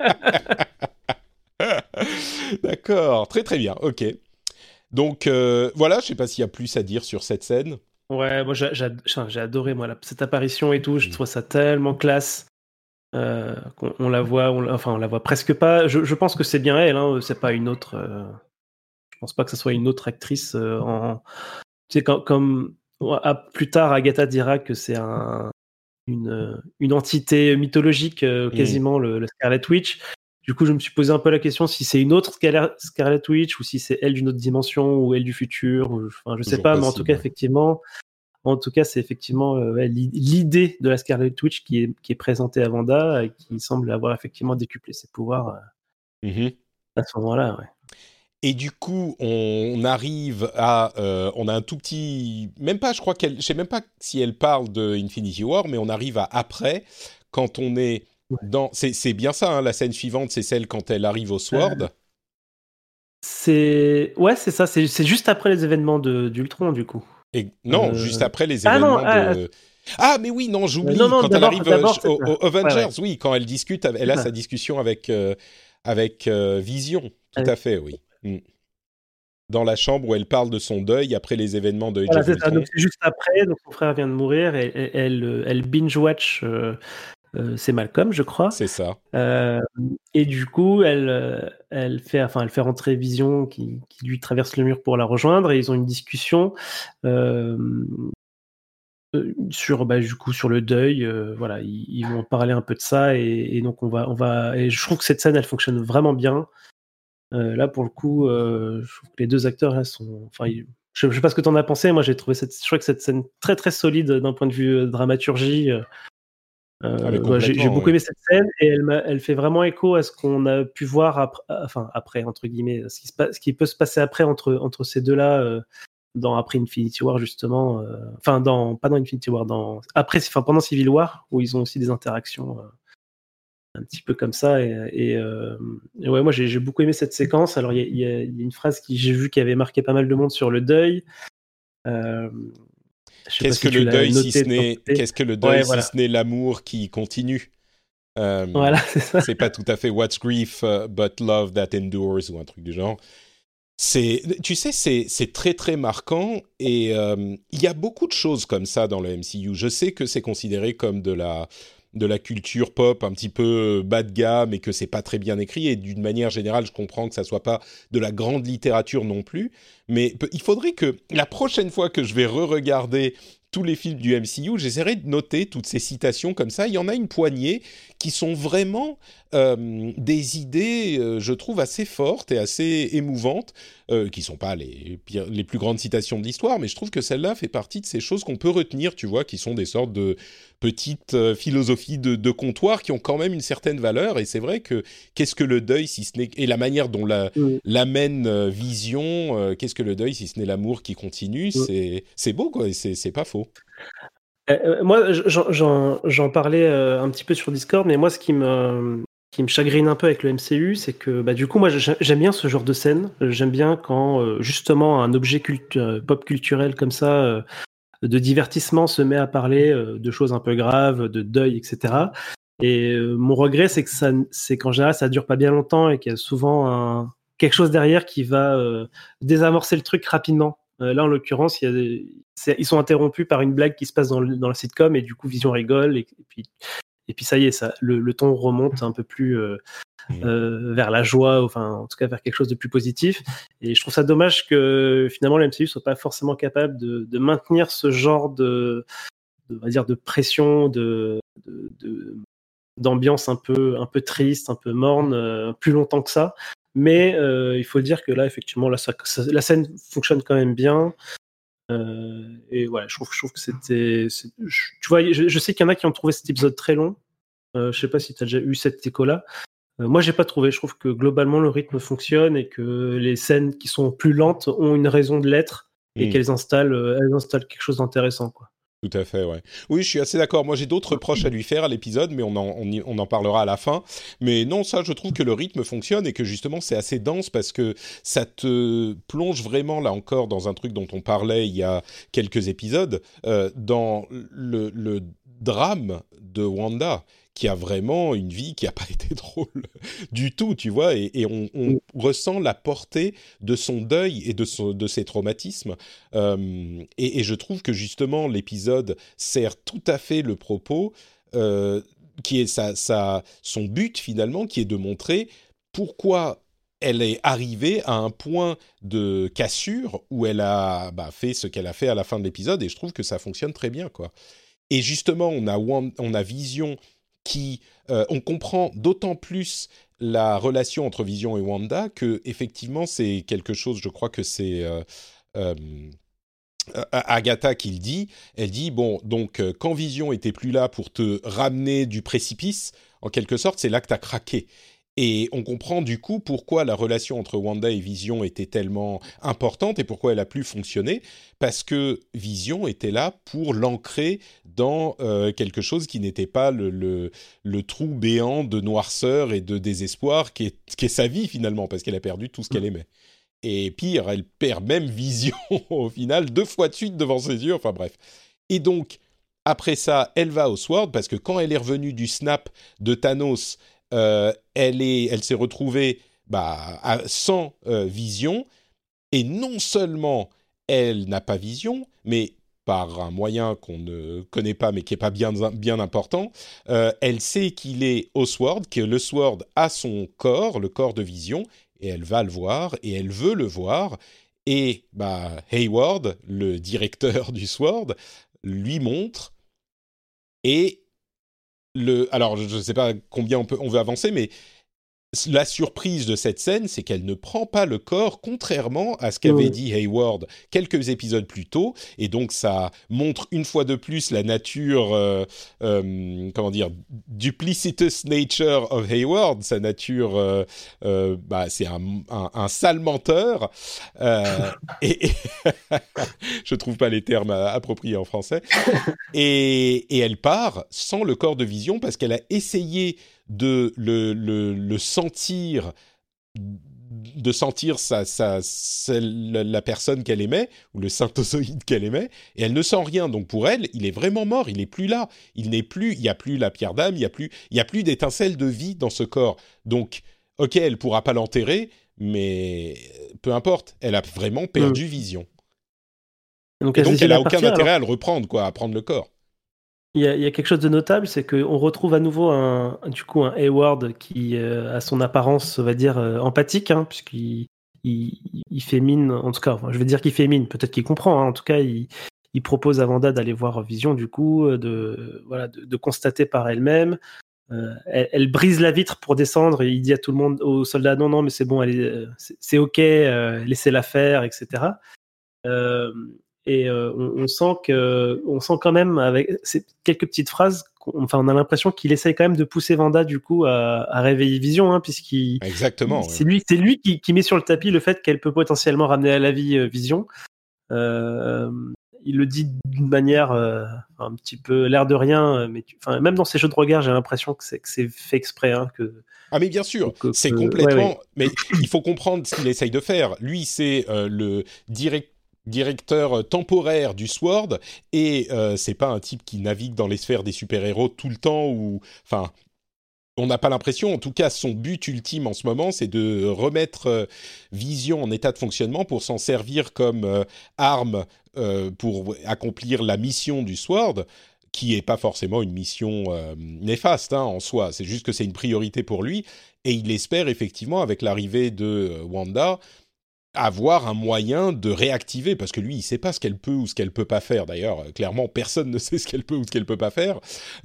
D'accord, très très bien, ok. Donc voilà, je sais pas s'il y a plus à dire sur cette scène. Ouais, moi j'ai adoré cette apparition et tout, je trouve ça tellement classe. On la voit presque pas. Je pense que c'est bien elle, hein, c'est pas une autre. Je pense pas que ce soit une autre actrice. Tu sais, comme plus tard, Agatha dira que c'est une entité mythologique, quasiment le Scarlet Witch. Du coup, je me suis posé un peu la question si c'est une autre Scarlet Witch ou si c'est elle d'une autre dimension ou elle du futur. Je sais pas, mais en tout cas, effectivement. En tout cas, c'est effectivement l'idée de la Scarlet Witch qui est présentée à Wanda et qui semble avoir effectivement décuplé ses pouvoirs à ce moment-là. Ouais. Et du coup, on arrive à... on a un tout petit... Même pas, je sais même pas si elle parle de Infinity War, mais on arrive à après, quand on est dans... C'est bien ça, hein, la scène suivante, c'est celle quand elle arrive au Sword. C'est ça, c'est juste après les événements d'Ultron, du coup. Non, juste après les événements Ah, mais oui, non, j'oublie. Quand elle arrive aux Avengers, oui, quand elle discute, elle a sa discussion avec Vision. Tout à fait, oui. Dans la chambre où elle parle de son deuil après les événements de Age of Ultron. Donc c'est juste après, donc son frère vient de mourir et elle binge-watch c'est Malcolm, je crois. C'est ça. Et du coup, elle fait rentrer Vision qui lui traverse le mur pour la rejoindre et ils ont une discussion sur le deuil. Voilà, ils vont parler un peu de ça et donc on va et je trouve que cette scène elle fonctionne vraiment bien. Là pour le coup, je trouve que les deux acteurs là sont. Je sais pas ce que t'en as pensé. Moi j'ai trouvé je crois que cette scène très très solide d'un point de vue dramaturgie. J'ai beaucoup aimé cette scène et elle fait vraiment écho à ce qu'on a pu voir après entre guillemets ce qui peut se passer après entre ces deux-là après Infinity War justement pas dans Infinity War pendant Civil War où ils ont aussi des interactions un petit peu comme ça. Et ouais, moi j'ai beaucoup aimé cette séquence. Alors il y a une phrase que j'ai vue qui avait marqué pas mal de monde sur le deuil. Qu'est-ce que le deuil si ce n'est l'amour qui continue? Voilà, c'est ça. C'est pas tout à fait What's grief but love that endures ou un truc du genre. Tu sais, c'est très très marquant et il y a beaucoup de choses comme ça dans le MCU. Je sais que c'est considéré comme de la culture pop un petit peu bas de gamme et que c'est pas très bien écrit, et d'une manière générale je comprends que ça soit pas de la grande littérature non plus, mais il faudrait que la prochaine fois que je vais re-regarder tous les films du MCU, j'essaierai de noter toutes ces citations comme ça. Il y en a une poignée qui sont vraiment des idées, je trouve, assez fortes et assez émouvantes, qui ne sont pas les plus grandes citations de l'histoire, mais je trouve que celle-là fait partie de ces choses qu'on peut retenir, tu vois, qui sont des sortes de petites philosophies de comptoir qui ont quand même une certaine valeur. Et c'est vrai que qu'est-ce que le deuil si ce n'est... Et la manière dont l'amène Vision, qu'est-ce que le deuil si ce n'est l'amour qui continue, c'est beau, quoi, et c'est pas faux. Moi, j'en parlais un petit peu sur Discord, mais moi, ce qui me chagrine un peu avec le MCU, c'est que du coup, moi, j'aime bien ce genre de scène. J'aime bien quand, justement, un objet pop culturel comme ça, de divertissement, se met à parler de choses un peu graves, de deuil, etc. Et mon regret, c'est qu'en général, ça dure pas bien longtemps et qu'il y a souvent quelque chose derrière qui va désamorcer le truc rapidement. Là, en l'occurrence, ils sont interrompus par une blague qui se passe dans la sitcom, et du coup, Vision rigole, et puis ça y est, le ton remonte un peu plus vers la joie, enfin, en tout cas vers quelque chose de plus positif. Et je trouve ça dommage que finalement le MCU soit pas forcément capable de maintenir ce genre on va dire, de pression, d'ambiance un peu triste, un peu morne, plus longtemps que ça. Mais il faut dire que là, effectivement, la scène fonctionne quand même bien. Et ouais, je trouve que c'était... Tu vois, je sais qu'il y en a qui ont trouvé cet épisode très long. Je sais pas si tu as déjà eu cette écho-là. Moi, j'ai pas trouvé. Je trouve que globalement, le rythme fonctionne et que les scènes qui sont plus lentes ont une raison de l'être et qu'elles installent quelque chose d'intéressant, quoi. Tout à fait, ouais. Oui, je suis assez d'accord. Moi, j'ai d'autres reproches à lui faire à l'épisode, mais on en parlera à la fin. Mais non, ça, je trouve que le rythme fonctionne et que justement, c'est assez dense parce que ça te plonge vraiment, là encore, dans un truc dont on parlait il y a quelques épisodes, dans le drame de Wanda, qui a vraiment une vie qui n'a pas été drôle du tout, tu vois, et on ressent la portée de son deuil et de ses traumatismes. Et je trouve que justement, l'épisode sert tout à fait le propos, qui est son but finalement, qui est de montrer pourquoi elle est arrivée à un point de cassure où elle a fait ce qu'elle a fait à la fin de l'épisode, et je trouve que ça fonctionne très bien, quoi. Et justement, on a Vision qui... on comprend d'autant plus la relation entre Vision et Wanda que, effectivement, c'est quelque chose, je crois que c'est Agatha qui le dit. Elle dit, bon, donc, quand Vision était plus là pour te ramener du précipice, en quelque sorte, c'est là que tu as craqué. Et on comprend du coup pourquoi la relation entre Wanda et Vision était tellement importante et pourquoi elle a pu fonctionner, parce que Vision était là pour l'ancrer dans quelque chose qui n'était pas le trou béant de noirceur et de désespoir qui est sa vie finalement, parce qu'elle a perdu tout ce qu'elle aimait. Et pire, elle perd même Vision au final 2 fois de suite devant ses yeux, enfin bref. Et donc, après ça, elle va au Sword, parce que quand elle est revenue du snap de Thanos, elle s'est retrouvée sans Vision, et non seulement elle n'a pas Vision, mais par un moyen qu'on ne connaît pas mais qui n'est pas bien important, elle sait qu'il est au Sword, que le Sword a son corps, le corps de Vision, et elle va le voir, et elle veut le voir, et Hayward, le directeur du Sword, lui montre, et alors, je ne sais pas combien on veut avancer, mais la surprise de cette scène, c'est qu'elle ne prend pas le corps, contrairement à ce qu'avait dit Hayward quelques épisodes plus tôt. Et donc, ça montre une fois de plus la nature, duplicitous nature of Hayward. Sa nature, c'est un sale menteur. Et je trouve pas les termes appropriés en français. Et elle part sans le corps de Vision parce qu'elle a essayé de le sentir, de sentir la personne qu'elle aimait, ou le synthozoïde qu'elle aimait, et elle ne sent rien. Donc pour elle, il est vraiment mort, il n'est plus là. Il n'y a plus la pierre d'âme, il n'y a plus d'étincelle de vie dans ce corps. Donc, ok, elle ne pourra pas l'enterrer, mais peu importe, elle a vraiment perdu vision. Donc elle n'a aucun intérêt à le reprendre, quoi, à prendre le corps. Il y a quelque chose de notable, c'est qu'on retrouve à nouveau un Hayward qui a son apparence, on va dire, empathique, hein, puisqu'il fait mine, en tout cas, je veux dire qu'il fait mine, peut-être qu'il comprend, hein, en tout cas, il propose à Wanda d'aller voir Vision, du coup, de constater par elle-même. Elle brise la vitre pour descendre et il dit à tout le monde, aux soldats, non, mais c'est bon, c'est ok, laissez-la faire, etc. On sent quand même avec ces quelques petites phrases, on a l'impression qu'il essaye quand même de pousser Wanda du coup à réveiller Vision, hein, exactement. C'est lui qui met sur le tapis le fait qu'elle peut potentiellement ramener à la vie Vision. Il le dit d'une manière un petit peu l'air de rien, mais même dans ses jeux de regard, j'ai l'impression que c'est fait exprès, hein, Ah mais bien sûr, c'est complètement. Ouais. Mais il faut comprendre ce qu'il essaye de faire. Lui, c'est le directeur temporaire du SWORD et c'est pas un type qui navigue dans les sphères des super-héros tout le temps ou on n'a pas l'impression, en tout cas son but ultime en ce moment c'est de remettre Vision en état de fonctionnement pour s'en servir comme arme pour accomplir la mission du SWORD qui est pas forcément une mission néfaste en soi, c'est juste que c'est une priorité pour lui et il espère effectivement avec l'arrivée de Wanda avoir un moyen de réactiver, parce que lui, il sait pas ce qu'elle peut ou ce qu'elle peut pas faire. D'ailleurs, clairement, personne ne sait ce qu'elle peut ou ce qu'elle peut pas faire.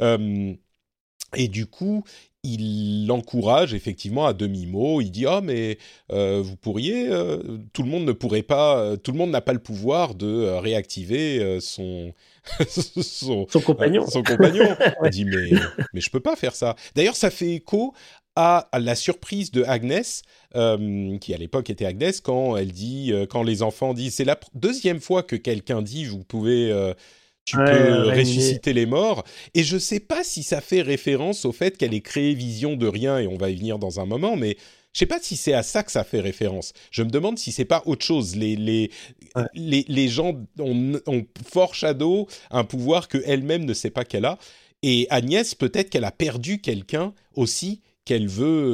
Et du coup, il l'encourage effectivement à demi-mot. Il dit « Ah, mais vous pourriez... tout le monde ne pourrait pas... tout le monde n'a pas le pouvoir de réactiver son compagnon. Son compagnon. Ouais. Il dit « Mais je peux pas faire ça. » D'ailleurs, ça fait écho à la surprise de Agnès, qui à l'époque était Agnès, quand elle dit, quand les enfants disent, c'est la deuxième fois que quelqu'un dit, vous pouvez, tu peux ressusciter les morts, et je sais pas si ça fait référence au fait qu'elle ait créé Vision de rien, et on va y venir dans un moment, mais je sais pas si c'est à ça que ça fait référence. Je me demande si c'est pas autre chose. Les gens ont foreshadow un pouvoir que elle-même ne sait pas qu'elle a, et Agnès, peut-être qu'elle a perdu quelqu'un aussi qu'elle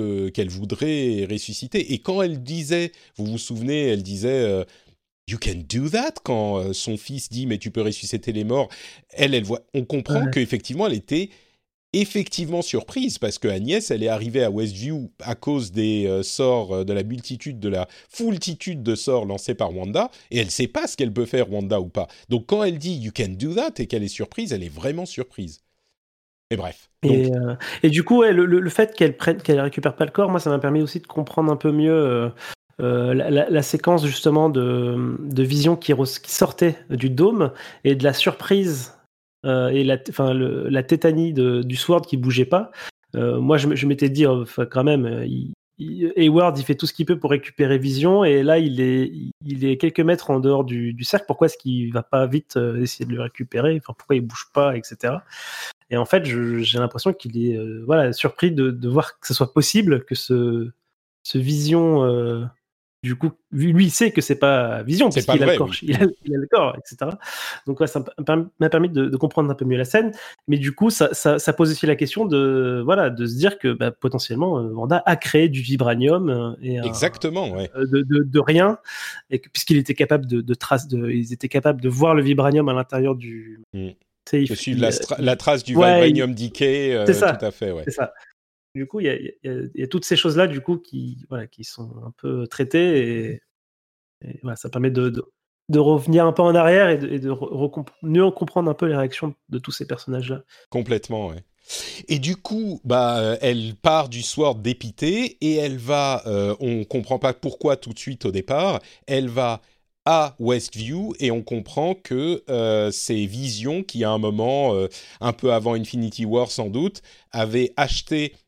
voudrait ressusciter. Et quand elle disait, vous vous souvenez, elle disait You can do that, quand son fils dit mais tu peux ressusciter les morts, elle voit, on comprend qu'effectivement elle était effectivement surprise parce que Agnès, elle est arrivée à Westview à cause des sorts, de la multitude, de la foultitude de sorts lancés par Wanda, et elle sait pas ce qu'elle peut faire, Wanda, ou pas. Donc quand elle dit You can do that et qu'elle est surprise, elle est vraiment surprise. Et bref. Et du coup, le fait qu'elle récupère pas le corps, moi, ça m'a permis aussi de comprendre un peu mieux la séquence justement de Vision qui sortait du dôme et de la surprise et la tétanie du SWORD qui bougeait pas. Moi, je m'étais dit, quand même, Hayward, il fait tout ce qu'il peut pour récupérer Vision, et là, il est quelques mètres en dehors du cercle. Pourquoi est-ce qu'il va pas vite essayer de le récupérer ? Pourquoi il bouge pas, etc. Et en fait, j'ai l'impression qu'il est surpris de voir que ce soit possible que ce Vision, du coup, lui, il sait que c'est pas Vision, parce qu'il a le corps, oui. il a le corps, etc. Donc ça m'a permis de comprendre un peu mieux la scène, mais du coup, ça pose aussi la question de se dire que potentiellement, Wanda a créé du vibranium exactement, de rien, et puisqu'il était capable ils étaient capables de voir le vibranium à l'intérieur du. Je suis la trace du vibranium decay, c'est ça, tout à fait, c'est ça. Du coup, il y a toutes ces choses-là, du coup, qui sont un peu traitées, et ça permet de revenir un peu en arrière et de mieux comprendre un peu les réactions de tous ces personnages-là. Complètement, ouais. Et du coup, elle part du SWORD dépitée et elle va, on comprend pas pourquoi tout de suite au départ, elle va à Westview et on comprend que c'est Vision qui à un moment, un peu avant Infinity War sans doute, avait acheté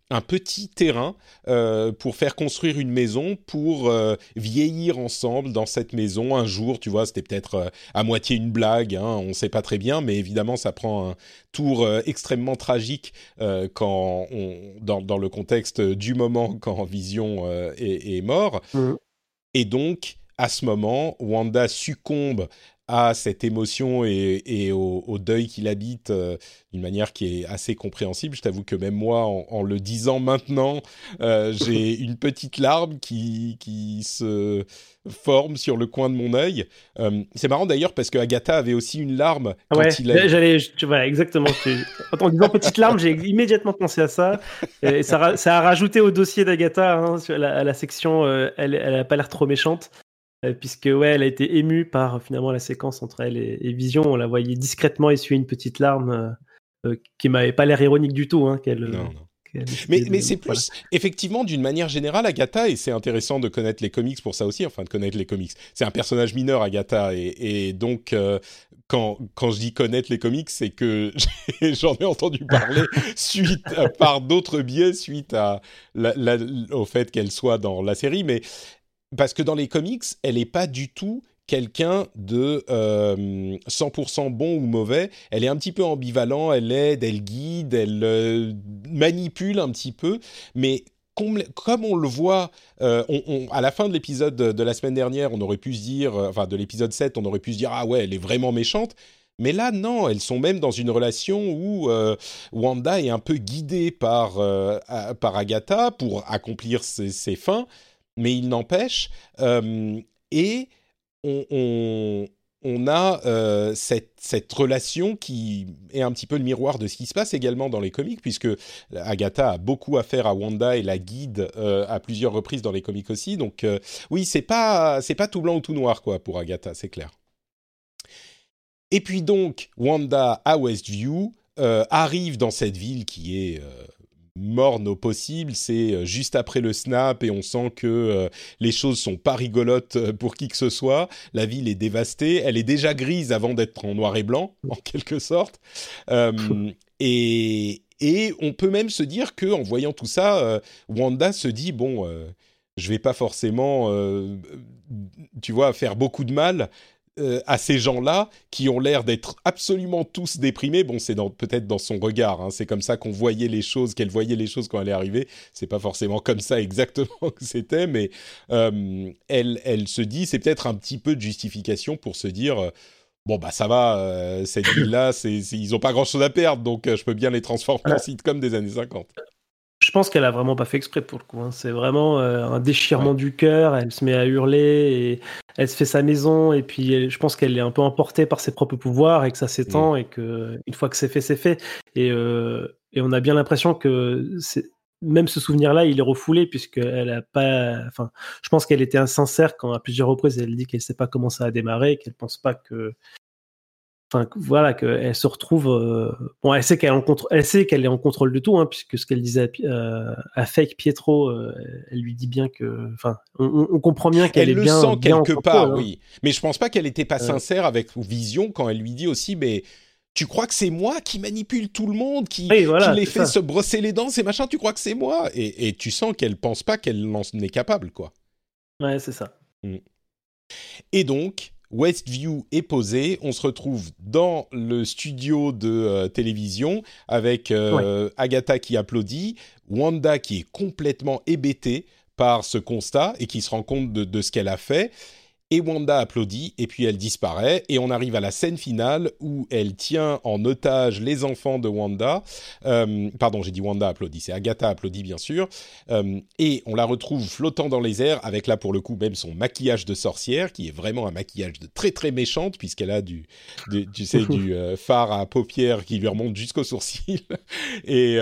un petit terrain pour faire construire une maison, pour vieillir ensemble dans cette maison. Un jour, tu vois, c'était peut-être à moitié une blague, hein, on ne sait pas très bien, mais évidemment, ça prend un tour extrêmement tragique dans le contexte du moment quand Vision est mort. Et donc, à ce moment, Wanda succombe à cette émotion et au deuil qui l'habite d'une manière qui est assez compréhensible. Je t'avoue que même moi, en le disant maintenant, j'ai une petite larme qui se forme sur le coin de mon œil. C'est marrant d'ailleurs parce que Agatha avait aussi une larme quand il a... Voilà, exactement. En disant petite larme, j'ai immédiatement pensé à ça. Et ça a rajouté au dossier d'Agatha, hein, sur la section elle a pas l'air trop méchante. Puisque elle a été émue par finalement la séquence entre elle et Vision. On la voyait discrètement essuyer une petite larme qui m'avait pas l'air ironique du tout. Hein, non. Mais c'est plus, effectivement, d'une manière générale, Agatha, et c'est intéressant de connaître les comics pour ça aussi, enfin de connaître les comics. C'est un personnage mineur, Agatha, et donc quand je dis connaître les comics, c'est que j'en ai entendu parler par d'autres biais suite au fait qu'elle soit dans la série, mais parce que dans les comics, elle n'est pas du tout quelqu'un de 100% bon ou mauvais. Elle est un petit peu ambivalent, elle aide, elle guide, elle manipule un petit peu, mais comme on le voit, à la fin de l'épisode de la semaine dernière, on aurait pu se dire, de l'épisode 7, on aurait pu se dire « Ah ouais, elle est vraiment méchante », mais là, non, elles sont même dans une relation où Wanda est un peu guidée par Agatha pour accomplir ses fins, mais il n'empêche, et on a cette relation qui est un petit peu le miroir de ce qui se passe également dans les comics, puisque Agatha a beaucoup affaire à Wanda et la guide à plusieurs reprises dans les comics aussi. Donc oui, c'est pas tout blanc ou tout noir quoi pour Agatha, c'est clair. Et puis donc Wanda à Westview arrive dans cette ville qui est morne au possible, c'est juste après le snap et on sent que les choses sont pas rigolotes pour qui que ce soit. La ville est dévastée, elle est déjà grise avant d'être en noir et blanc, en quelque sorte. Et on peut même se dire que en voyant tout ça, Wanda se dit bon, je vais pas forcément, tu vois, faire beaucoup de mal à ces gens-là qui ont l'air d'être absolument tous déprimés. Bon, c'est peut-être dans son regard, hein, c'est comme ça qu'elle voyait les choses quand elle est arrivée. C'est pas forcément comme ça exactement que c'était, mais elle se dit, c'est peut-être un petit peu de justification pour se dire bon bah ça va, cette ville-là, ils ont pas grand-chose à perdre, donc je peux bien les transformer en sitcom des années 50. Je pense qu'elle a vraiment pas fait exprès pour le coup. Hein. C'est vraiment un déchirement du cœur. Elle se met à hurler et elle se fait sa maison. Et puis je pense qu'elle est un peu emportée par ses propres pouvoirs et que ça s'étend et que une fois que c'est fait, c'est fait. Et on a bien l'impression que même ce souvenir-là, il est refoulé puisqu'elle a pas. Enfin, je pense qu'elle était insincère quand à plusieurs reprises elle dit qu'elle sait pas comment ça a démarré, qu'elle pense pas que. Enfin, voilà, qu'elle se retrouve. Bon, elle sait qu'elle est en contrôle de tout, hein, puisque ce qu'elle disait à Fake Pietro, elle lui dit bien que. Enfin, on comprend bien qu'elle est bien. Elle le sent bien quelque en part, contrôle, oui. Mais je pense pas qu'elle était pas sincère avec Vision quand elle lui dit aussi, mais. Tu crois que c'est moi qui manipule tout le monde, qui les fait se brosser les dents, ces machins, tu crois que c'est moi et tu sens qu'elle pense pas qu'elle en est capable, quoi. Ouais, c'est ça. Et donc, Westview est posé, on se retrouve dans le studio de télévision avec Agatha qui applaudit, Wanda qui est complètement hébétée par ce constat et qui se rend compte de ce qu'elle a fait. Et Wanda applaudit, et puis elle disparaît, et on arrive à la scène finale où elle tient en otage les enfants de Wanda. Pardon, j'ai dit Wanda applaudit, c'est Agatha applaudit bien sûr. Et on la retrouve flottant dans les airs, avec là pour le coup même son maquillage de sorcière, qui est vraiment un maquillage de très très méchante, puisqu'elle a du fard à paupières qui lui remonte jusqu'aux sourcils. Et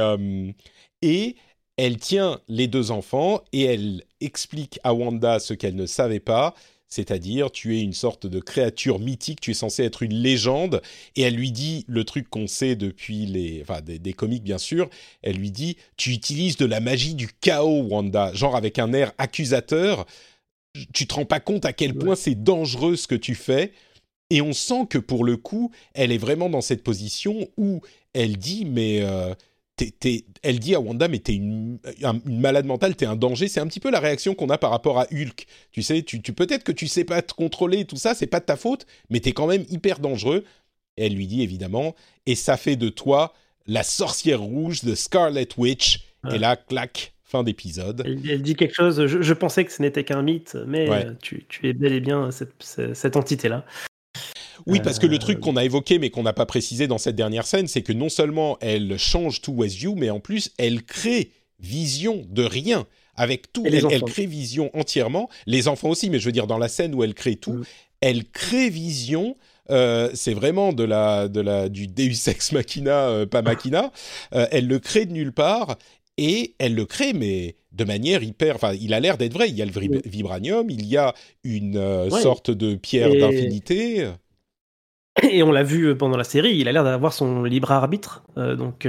elle tient les deux enfants, et elle explique à Wanda ce qu'elle ne savait pas, c'est-à-dire tu es une sorte de créature mythique, tu es censé être une légende, et elle lui dit le truc qu'on sait depuis des comics bien sûr, elle lui dit tu utilises de la magie du chaos Wanda, genre avec un air accusateur, tu te rends pas compte à quel point c'est dangereux ce que tu fais, et on sent que pour le coup elle est vraiment dans cette position où elle dit mais elle dit à Wanda, mais t'es une malade mentale, t'es un danger. C'est un petit peu la réaction qu'on a par rapport à Hulk. Tu sais, peut-être que tu sais pas te contrôler et tout ça, c'est pas de ta faute, mais t'es quand même hyper dangereux. Et elle lui dit évidemment, et ça fait de toi la sorcière rouge de Scarlet Witch. Et là, clac, fin d'épisode. Elle dit quelque chose, je pensais que ce n'était qu'un mythe, mais tu es bel et bien cette entité-là. Oui, parce que le truc qu'on a évoqué, mais qu'on n'a pas précisé dans cette dernière scène, c'est que non seulement elle change tout Westview, mais en plus, elle crée Vision de rien. Avec tout, elle crée Vision entièrement. Les enfants aussi, mais je veux dire, dans la scène où elle crée tout, elle crée Vision. C'est vraiment du Deus Ex Machina, pas Machina. Elle le crée de nulle part. Et elle le crée, mais de manière hyper... Enfin, il a l'air d'être vrai. Il y a le vibranium, il y a une sorte de pierre d'infinité... Et on l'a vu pendant la série, il a l'air d'avoir son libre arbitre. Donc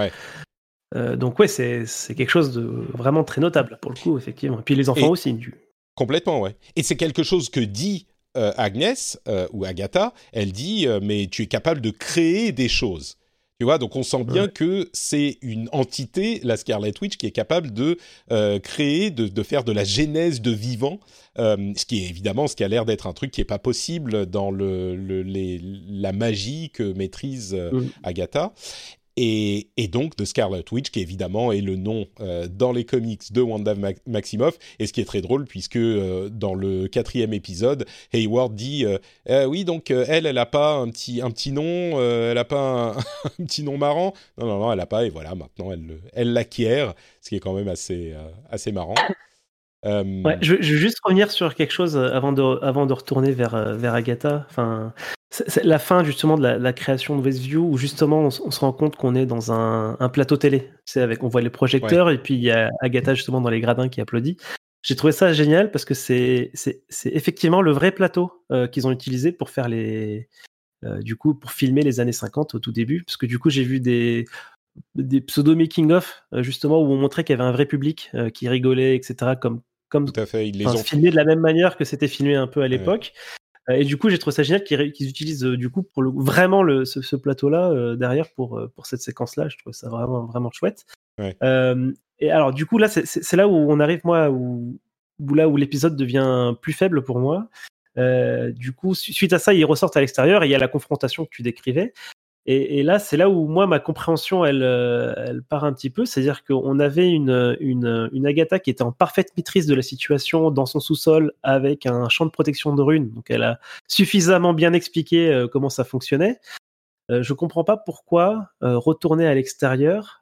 c'est quelque chose de vraiment très notable, pour le coup, effectivement. Et puis les enfants aussi. Complètement, ouais. Et c'est quelque chose que dit Agnès, ou Agatha, elle dit mais tu es capable de créer des choses. Tu vois, donc on sent bien que c'est une entité, la Scarlet Witch, qui est capable de créer, de faire de la genèse de vivants, ce qui est évidemment ce qui a l'air d'être un truc qui n'est pas possible dans la magie que maîtrise Agatha. Et donc de Scarlet Witch, qui évidemment est le nom dans les comics de Wanda Maximoff, et ce qui est très drôle, puisque dans le 4e épisode, Hayward dit oui, donc elle a pas un petit nom, elle a pas un petit nom marrant. Non, elle a pas, et voilà, maintenant elle l'acquiert, ce qui est quand même assez marrant. Je veux juste revenir sur quelque chose avant de retourner vers Agatha. Enfin, c'est la fin justement de la création de Westview, où justement on se rend compte qu'on est dans un plateau télé. On voit les projecteurs et puis il y a Agatha justement dans les gradins qui applaudit. J'ai trouvé ça génial parce que c'est effectivement le vrai plateau qu'ils ont utilisé pour faire pour filmer les années 50 au tout début, parce que du coup j'ai vu des pseudo making of justement où on montrait qu'il y avait un vrai public qui rigolait, etc. Comme tout à fait, ils les ont filmé de la même manière que c'était filmé un peu à l'époque. Et du coup, j'ai trouvé ça génial qu'ils utilisent du coup pour vraiment ce plateau-là derrière pour cette séquence-là. Je trouve ça vraiment vraiment chouette. Et alors du coup là, c'est là où on arrive où l'épisode devient plus faible pour moi. Du coup, suite à ça, ils ressortent à l'extérieur et il y a la confrontation que tu décrivais. Et là, c'est là où moi ma compréhension elle part un petit peu, c'est-à-dire qu'on avait une Agatha qui était en parfaite maîtrise de la situation dans son sous-sol avec un champ de protection de runes, donc elle a suffisamment bien expliqué comment ça fonctionnait. Je comprends pas pourquoi retourner à l'extérieur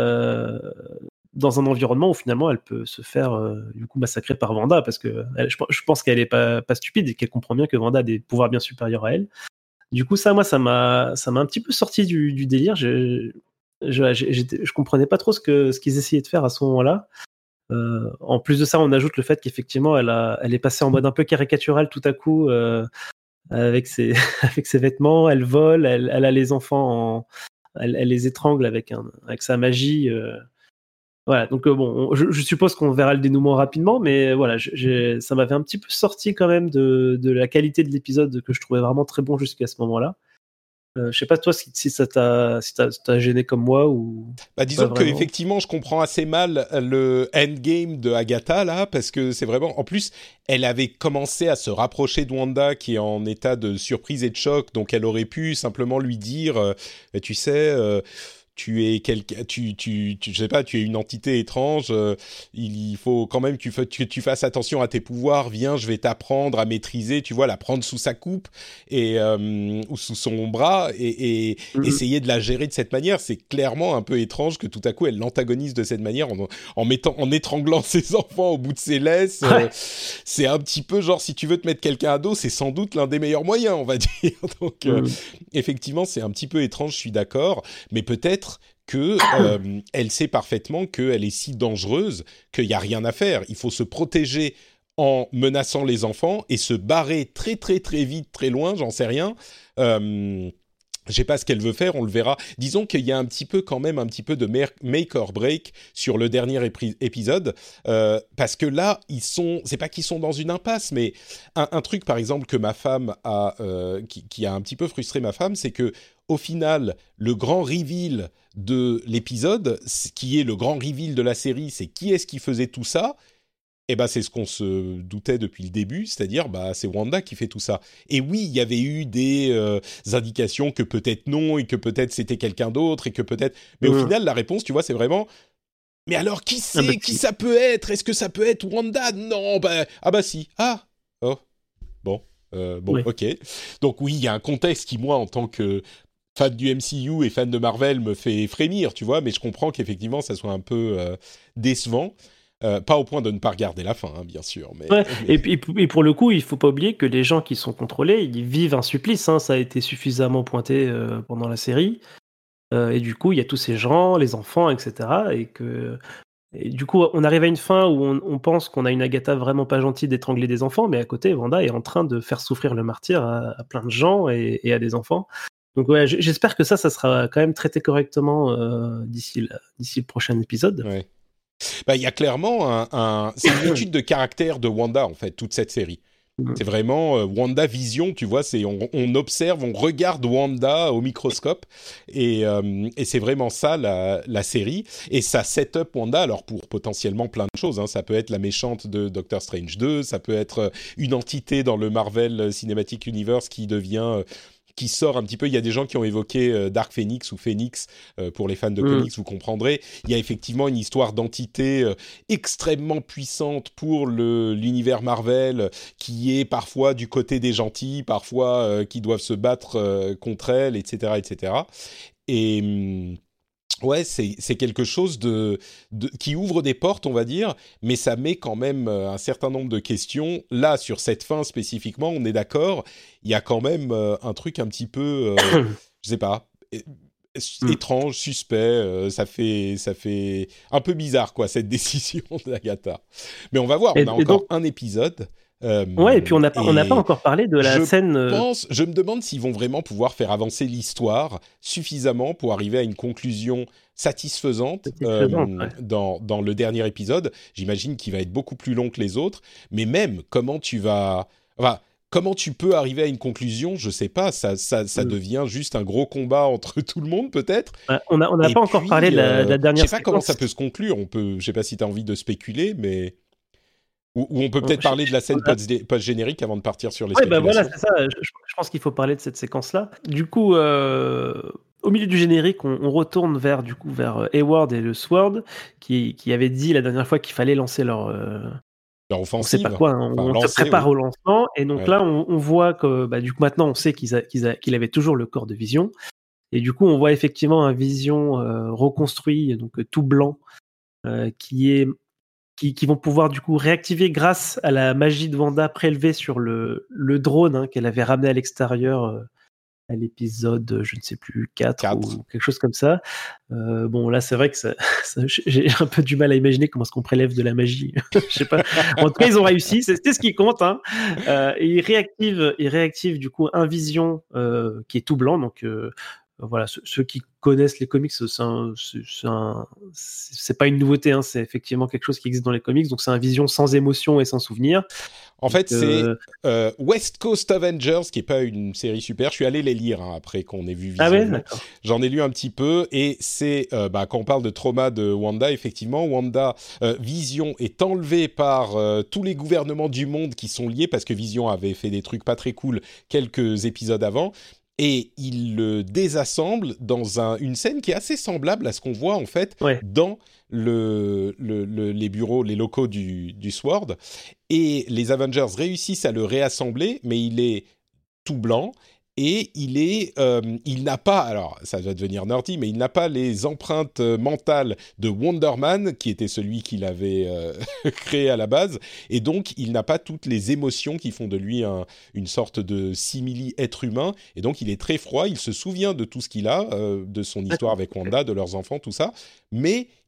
dans un environnement où finalement elle peut se faire du coup massacrer par Wanda, parce que je pense qu'elle est pas stupide et qu'elle comprend bien que Wanda a des pouvoirs bien supérieurs à elle. Du coup, ça m'a un petit peu sorti du délire. Je comprenais pas trop ce qu'ils essayaient de faire à ce moment-là. En plus de ça, on ajoute le fait qu'effectivement, elle est passée en mode un peu caricatural tout à coup avec ses vêtements. Elle vole, elle a les enfants, elle les étrangle avec sa magie. Voilà, donc je suppose qu'on verra le dénouement rapidement, mais voilà, ça m'avait un petit peu sorti quand même de la qualité de l'épisode que je trouvais vraiment très bon jusqu'à ce moment-là. Je sais pas toi si ça t'a gêné comme moi ou. Bah disons que effectivement, je comprends assez mal le endgame de Agatha là, parce que c'est vraiment, en plus, elle avait commencé à se rapprocher de Wanda qui est en état de surprise et de choc, donc elle aurait pu simplement lui dire, tu sais. Tu es je sais pas, tu es une entité étrange. Il faut quand même que tu fasses attention à tes pouvoirs. Viens, je vais t'apprendre à maîtriser. Tu vois, la prendre sous sa coupe ou sous son bras et essayer de la gérer de cette manière. C'est clairement un peu étrange que tout à coup elle l'antagonise de cette manière en étranglant ses enfants au bout de ses laisses. C'est un petit peu genre, si tu veux te mettre quelqu'un à dos, c'est sans doute l'un des meilleurs moyens, on va dire. Donc effectivement, c'est un petit peu étrange. Je suis d'accord, mais peut-être que elle sait parfaitement qu'elle est si dangereuse qu'il n'y a rien à faire. Il faut se protéger en menaçant les enfants et se barrer très très très vite, très loin, j'en sais rien. Je sais pas ce qu'elle veut faire, on le verra. Disons qu'il y a un petit peu quand même un petit peu de make or break sur le dernier épisode, parce que là c'est pas qu'ils sont dans une impasse, mais un truc par exemple que ma femme a, qui a un petit peu frustré ma femme, c'est que au final le grand reveal de l'épisode, qui est le grand reveal de la série, c'est qui est-ce qui faisait tout ça. Eh ben, c'est ce qu'on se doutait depuis le début, c'est-à-dire c'est Wanda qui fait tout ça. Et oui, il y avait eu des indications que peut-être non, et que peut-être c'était quelqu'un d'autre, et que peut-être... Mais au final, la réponse, tu vois, c'est vraiment... Mais alors, qui c'est ? Qui ça peut être ? Est-ce que ça peut être Wanda ? Non, si. Ah, oh, bon, oui. Ok. Donc oui, il y a un contexte qui, moi, en tant que fan du MCU et fan de Marvel, me fait frémir, tu vois, mais je comprends qu'effectivement, ça soit un peu décevant. Pas au point de ne pas regarder la fin, hein, bien sûr. Mais... Et pour le coup, il ne faut pas oublier que les gens qui sont contrôlés, ils vivent un supplice. Hein, ça a été suffisamment pointé pendant la série. Et du coup, il y a tous ces gens, les enfants, etc. Et du coup, on arrive à une fin où on pense qu'on a une Agatha vraiment pas gentille d'étrangler des enfants, mais à côté, Wanda est en train de faire souffrir le martyr à plein de gens et à des enfants. Donc ouais, j'espère que ça sera quand même traité correctement d'ici le prochain épisode. Ouais. Il y a clairement c'est une étude de caractère de Wanda, en fait, toute cette série. C'est vraiment WandaVision, tu vois, on observe, on regarde Wanda au microscope, et c'est vraiment ça la série, et ça set up Wanda, alors pour potentiellement plein de choses, hein. Ça peut être la méchante de Doctor Strange 2, ça peut être une entité dans le Marvel Cinematic Universe qui sort un petit peu. Il y a des gens qui ont évoqué Dark Phoenix ou Phoenix, pour les fans de comics, vous comprendrez. Il y a effectivement une histoire d'entité extrêmement puissante pour l'univers Marvel, qui est parfois du côté des gentils, parfois qui doivent se battre contre elle, etc., etc. Et... ouais, c'est quelque chose qui ouvre des portes, on va dire, mais ça met quand même un certain nombre de questions. Là, sur cette fin spécifiquement, on est d'accord, il y a quand même un truc un petit peu, je sais pas, étrange, suspect, ça fait un peu bizarre, quoi, cette décision d'Agatha. Mais on va voir, on a encore un épisode. Ouais, et puis on n'a pas encore parlé de la scène. Je me demande s'ils vont vraiment pouvoir faire avancer l'histoire suffisamment pour arriver à une conclusion satisfaisante dans le dernier épisode. J'imagine qu'il va être beaucoup plus long que les autres, mais même comment tu peux arriver à une conclusion, je sais pas, ça devient juste un gros combat entre tout le monde peut-être. On n'a pas encore parlé de la dernière. Je sais pas comment ça peut se conclure. Je sais pas si tu as envie de spéculer, mais. Ou on peut peut-être parler de la scène post-générique avant de partir sur les spéculations. Voilà, c'est ça. Je pense qu'il faut parler de cette séquence-là. Du coup, au milieu du générique, on retourne vers Hayward et le Sword, qui avait dit la dernière fois qu'il fallait lancer leur offensive. On sait pas quoi, hein, on se prépare au lancement. Et donc là, on voit que du coup, maintenant, on sait qu'il avait toujours le corps de Vision. Et du coup, on voit effectivement un Vision reconstruit, donc tout blanc, qui vont pouvoir du coup réactiver grâce à la magie de Wanda prélevée sur le drone qu'elle avait ramené à l'extérieur à l'épisode, je ne sais plus, 4. Ou quelque chose comme ça. Bon, là, c'est vrai que j'ai un peu du mal à imaginer comment est-ce qu'on prélève de la magie. Je sais pas. En tout cas, ils ont réussi. C'était ce qui compte. Hein. Et ils réactivent du coup un Vision qui est tout blanc. Donc, voilà, ceux qui connaissent les comics, c'est pas une nouveauté, hein, c'est effectivement quelque chose qui existe dans les comics, donc c'est un Vision sans émotion et sans souvenir. En fait, c'est West Coast Avengers, qui est pas une série super. Je suis allé les lire après qu'on ait vu Vision. Ah ouais, d'accord. J'en ai lu un petit peu, et c'est quand on parle de trauma de Wanda, effectivement, Vision est enlevée par tous les gouvernements du monde qui sont liés, parce que Vision avait fait des trucs pas très cool quelques épisodes avant. Et il le désassemble dans une scène qui est assez semblable à ce qu'on voit en fait dans les bureaux, les locaux du SWORD. Et les Avengers réussissent à le réassembler, mais il est tout blanc. Et il n'a pas, alors ça va devenir nerdy, mais il n'a pas les empreintes mentales de Wonder Man, qui était celui qu'il avait créé à la base, et donc il n'a pas toutes les émotions qui font de lui une sorte de simili-être humain, et donc il est très froid, il se souvient de tout ce qu'il a, de son histoire avec Wanda, de leurs enfants, tout ça, mais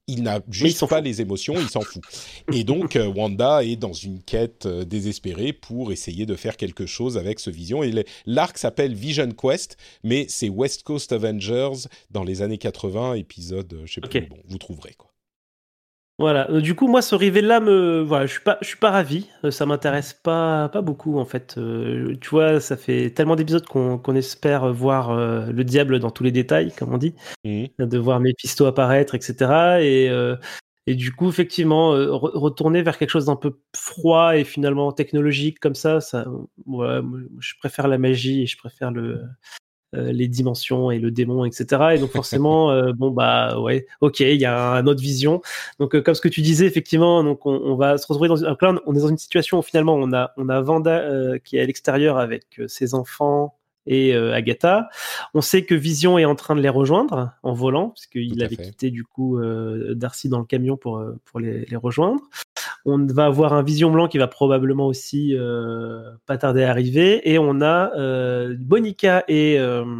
il n'a juste pas les émotions, il s'en fout. Et donc, Wanda est dans une quête désespérée pour essayer de faire quelque chose avec ce Vision. Et l'arc s'appelle Vision Quest, mais c'est West Coast Avengers dans les années 80, épisode, je sais plus, bon, vous trouverez, quoi. Voilà. Du coup, moi, ce reveal-là, je suis pas ravi. Ça m'intéresse pas beaucoup, en fait. Tu vois, ça fait tellement d'épisodes qu'on espère voir le diable dans tous les détails, comme on dit, de voir Mephisto apparaître, etc. Et du coup, effectivement, retourner vers quelque chose d'un peu froid et finalement technologique comme ça, ouais, je préfère la magie et je préfère les dimensions et le démon, etc. Et donc forcément, ouais, ok, il y a une autre vision. Donc comme ce que tu disais, effectivement, donc on va se retrouver là, on est dans une situation où finalement on a Wanda qui est à l'extérieur avec ses enfants et Agatha. On sait que Vision est en train de les rejoindre en volant, parce qu'il avait quitté du coup Darcy dans le camion pour les rejoindre. On va avoir un Vision blanc qui va probablement aussi pas tarder à arriver. Et on a Monica et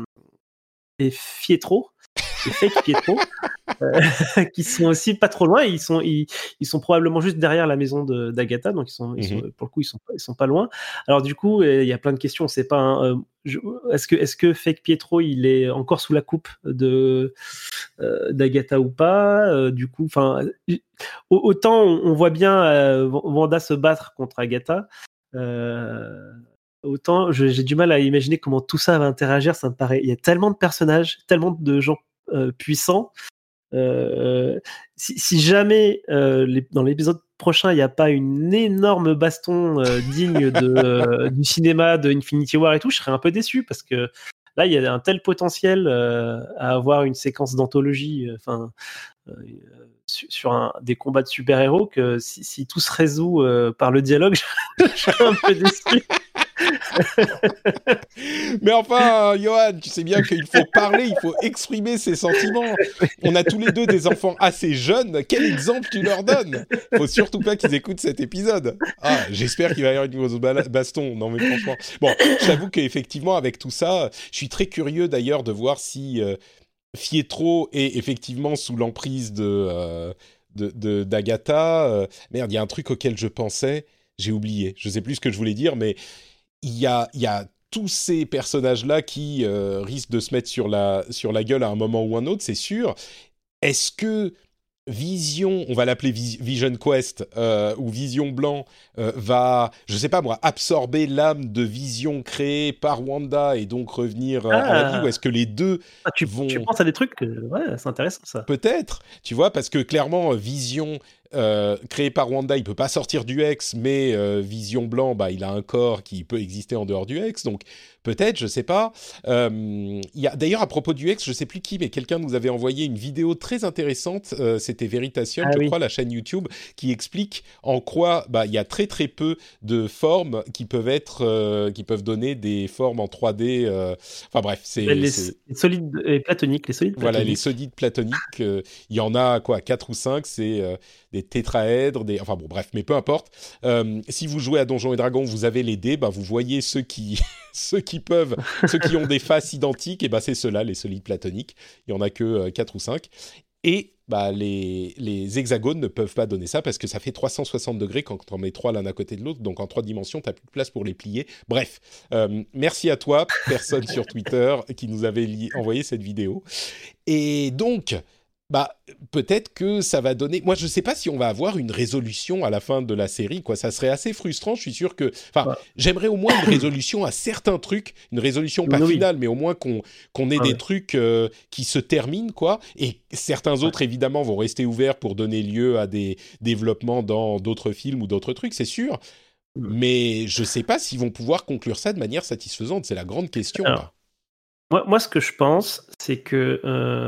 Pietro, et Fake Pietro, qui sont aussi pas trop loin. Ils sont probablement juste derrière la maison d'Agatha, donc pour le coup ils sont pas loin. Alors du coup, il y a plein de questions. C'est pas est-ce que Fake Pietro il est encore sous la coupe d'Agatha ou pas? Du coup, enfin, autant on voit bien Wanda se battre contre Agatha. Autant j'ai du mal à imaginer comment tout ça va interagir. Ça me paraît, il y a tellement de personnages, tellement de gens puissants. Si jamais dans l'épisode prochain il n'y a pas une énorme baston digne du cinéma de Infinity War et tout, je serais un peu déçu, parce que là il y a un tel potentiel à avoir une séquence d'anthologie sur des combats de super-héros, que si tout se résout par le dialogue, je serais un peu déçu. Mais enfin, Johan, tu sais bien qu'il faut parler, il faut exprimer ses sentiments. On a tous les deux des enfants assez jeunes. Quel exemple tu leur donnes? Faut surtout pas qu'ils écoutent cet épisode. Ah, j'espère qu'il va y avoir une grosse baston. Non, mais franchement. Bon, j'avoue qu'effectivement, avec tout ça, je suis très curieux d'ailleurs de voir si Pietro est effectivement sous l'emprise d'Agatha. Merde, il y a un truc auquel je pensais. J'ai oublié. Je sais plus ce que je voulais dire, mais il y a tous ces personnages-là qui risquent de se mettre sur la gueule à un moment ou un autre, c'est sûr. Est-ce que Vision, on va l'appeler Vision Quest, ou Vision Blanc, va, je sais pas moi, absorber l'âme de Vision créée par Wanda et donc revenir à la vie, ou est-ce que les deux tu penses à des trucs, ouais, c'est intéressant ça. Peut-être, tu vois, parce que clairement, Vision créé par Wanda, il peut pas sortir du Hex, mais Vision Blanc, bah, il a un corps qui peut exister en dehors du Hex, donc peut-être, je sais pas. Il y a d'ailleurs, à propos du Hex, je sais plus qui, mais quelqu'un nous avait envoyé une vidéo très intéressante, c'était Veritasium, je crois, la chaîne YouTube, qui explique en quoi il y a très très peu de formes qui peuvent donner des formes en 3D. Enfin bref, c'est les solides et platoniques, les solides platoniques. Voilà, les solides platoniques, il y en a quoi, 4 ou 5, c'est des tétraèdres, enfin bon, bref, mais peu importe. Si vous jouez à Donjons et Dragons, vous avez les dés, vous voyez ceux qui ont des faces identiques, et c'est ceux-là, les solides platoniques. Il y en a que 4 ou 5. Et les hexagones ne peuvent pas donner ça, parce que ça fait 360 degrés quand on met 3 l'un à côté de l'autre, donc en 3 dimensions, tu n'as plus de place pour les plier. Bref, merci à toi, personne sur Twitter, qui nous avait envoyé cette vidéo. Et donc, peut-être que ça va donner... Moi, je ne sais pas si on va avoir une résolution à la fin de la série, quoi. Ça serait assez frustrant, je suis sûr que... J'aimerais au moins une résolution à certains trucs, une résolution pas finale, mais au moins qu'on ait des trucs qui se terminent, quoi. Et certains autres, évidemment, vont rester ouverts pour donner lieu à des développements dans d'autres films ou d'autres trucs, c'est sûr. Mais je ne sais pas s'ils vont pouvoir conclure ça de manière satisfaisante. C'est la grande question. Alors, moi, ce que je pense, c'est que...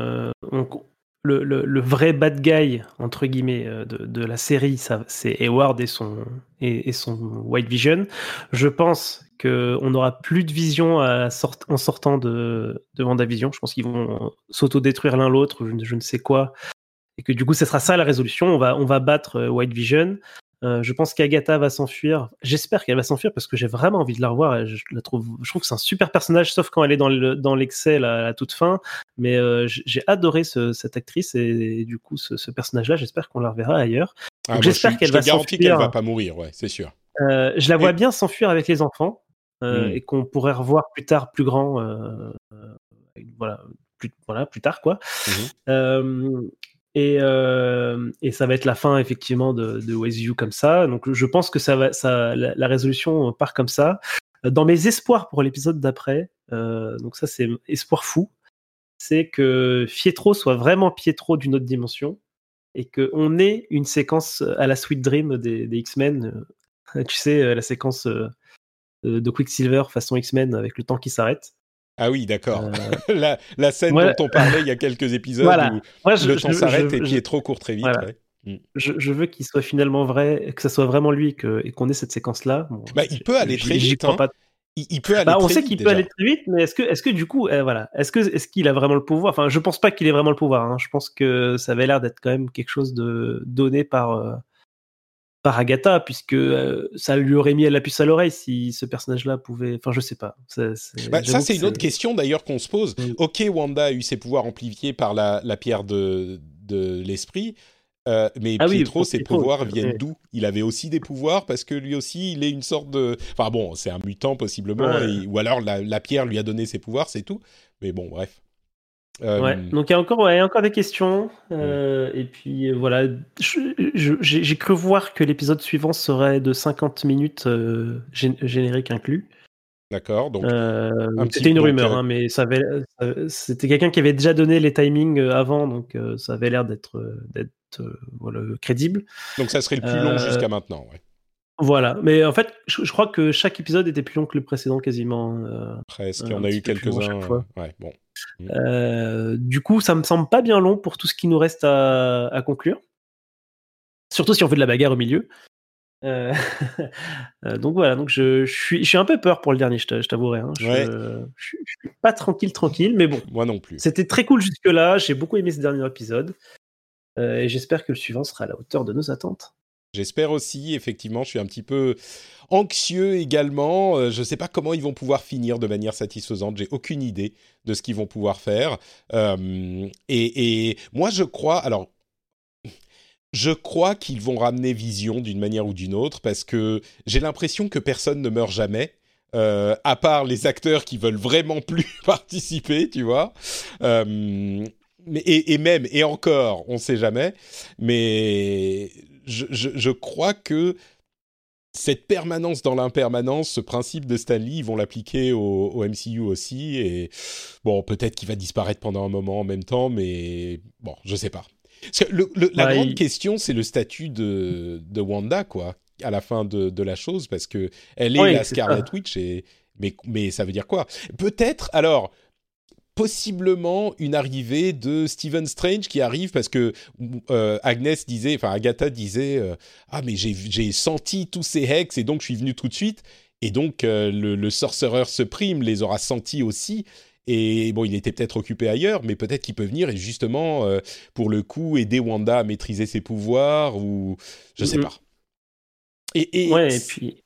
Le vrai bad guy, entre guillemets, de la série, c'est Hayward et son White Vision. Je pense qu'on n'aura plus de Vision en sortant de WandaVision. Je pense qu'ils vont s'autodétruire l'un l'autre, je ne sais quoi. Et que du coup, ce sera ça la résolution. On va battre White Vision. Je pense qu'Agatha va s'enfuir. J'espère qu'elle va s'enfuir parce que j'ai vraiment envie de la revoir. Et je trouve que c'est un super personnage, sauf quand elle est dans l'excès à la toute fin. Mais j'ai adoré cette actrice et du coup ce personnage-là, j'espère qu'on la reverra ailleurs. Donc, j'espère qu'elle va s'enfuir. Je te garantis qu'elle va pas mourir, ouais, c'est sûr. Je la vois bien s'enfuir avec les enfants et qu'on pourrait revoir plus tard, plus grand. Plus tard, quoi. Et ça va être la fin effectivement de Westview comme ça. Donc je pense que la résolution part comme ça. Dans mes espoirs pour l'épisode d'après, donc ça c'est espoir fou, c'est que Pietro soit vraiment Pietro d'une autre dimension et qu'on ait une séquence à la Sweet Dream des X-Men. Tu sais, la séquence de Quicksilver façon X-Men avec le temps qui s'arrête. Ah oui, d'accord. La scène dont on parlait il y a quelques épisodes où le temps s'arrête et Pietro court très vite. Voilà. Ouais. Je veux qu'il soit finalement vrai, que ça soit vraiment lui et qu'on ait cette séquence-là. Bon, il peut aller très vite. Hein. Il peut aller très on vite. On sait qu'il peut aller très vite, mais est-ce que du coup, est-ce qu'il a vraiment le pouvoir ? Enfin, je pense pas qu'il ait vraiment le pouvoir. Hein. Je pense que ça avait l'air d'être quand même quelque chose de donné par Agatha, puisque ça lui aurait mis la puce à l'oreille si ce personnage-là pouvait... Enfin, je sais pas. Ça, c'est une autre question d'ailleurs qu'on se pose. Ok, Wanda a eu ses pouvoirs amplifiés par la pierre de l'esprit, mais Pietro, ses pouvoirs viennent d'où ? Il avait aussi des pouvoirs parce que lui aussi, il est une sorte de... Enfin bon, c'est un mutant possiblement, ou alors la pierre lui a donné ses pouvoirs, c'est tout. Mais bon, bref. Donc il y a encore des questions et puis voilà, j'ai cru voir que l'épisode suivant serait de 50 minutes générique inclus. D'accord, donc c'était une rumeur, mais c'était quelqu'un qui avait déjà donné les timings avant, donc ça avait l'air d'être crédible. Donc ça serait le plus long jusqu'à maintenant, ouais. Voilà, mais en fait, je crois que chaque épisode était plus long que le précédent quasiment. Presque, on a eu quelques-uns. Ouais, bon. Du coup, ça me semble pas bien long pour tout ce qui nous reste à conclure. Surtout si on fait de la bagarre au milieu. Donc voilà, donc je suis un peu peur pour le dernier, je t'avouerai. Hein. Je suis pas tranquille, mais bon. Moi non plus. C'était très cool jusque-là, j'ai beaucoup aimé ce dernier épisode. Et j'espère que le suivant sera à la hauteur de nos attentes. J'espère aussi, effectivement, je suis un petit peu anxieux également. Je ne sais pas comment ils vont pouvoir finir de manière satisfaisante. J'ai aucune idée de ce qu'ils vont pouvoir faire. Et moi, je crois qu'ils vont ramener Vision d'une manière ou d'une autre parce que j'ai l'impression que personne ne meurt jamais. À part les acteurs qui veulent vraiment plus participer, tu vois. Et encore, on ne sait jamais. Mais je crois que cette permanence dans l'impermanence, ce principe de Stan Lee, ils vont l'appliquer au MCU aussi. Et bon, peut-être qu'il va disparaître pendant un moment en même temps, mais bon, je ne sais pas. Parce que la grande question, c'est le statut de Wanda, quoi, à la fin de la chose, parce que elle est la Scarlet Witch, mais ça veut dire quoi ? Peut-être, alors, possiblement une arrivée de Stephen Strange qui arrive, parce que Agatha disait ah, mais j'ai senti tous ces hex, et donc je suis venu tout de suite, et donc le Sorcerer Supreme les aura sentis aussi. Et bon, il était peut-être occupé ailleurs, mais peut-être qu'il peut venir et justement, pour le coup, aider Wanda à maîtriser ses pouvoirs, ou je sais pas. Et puis...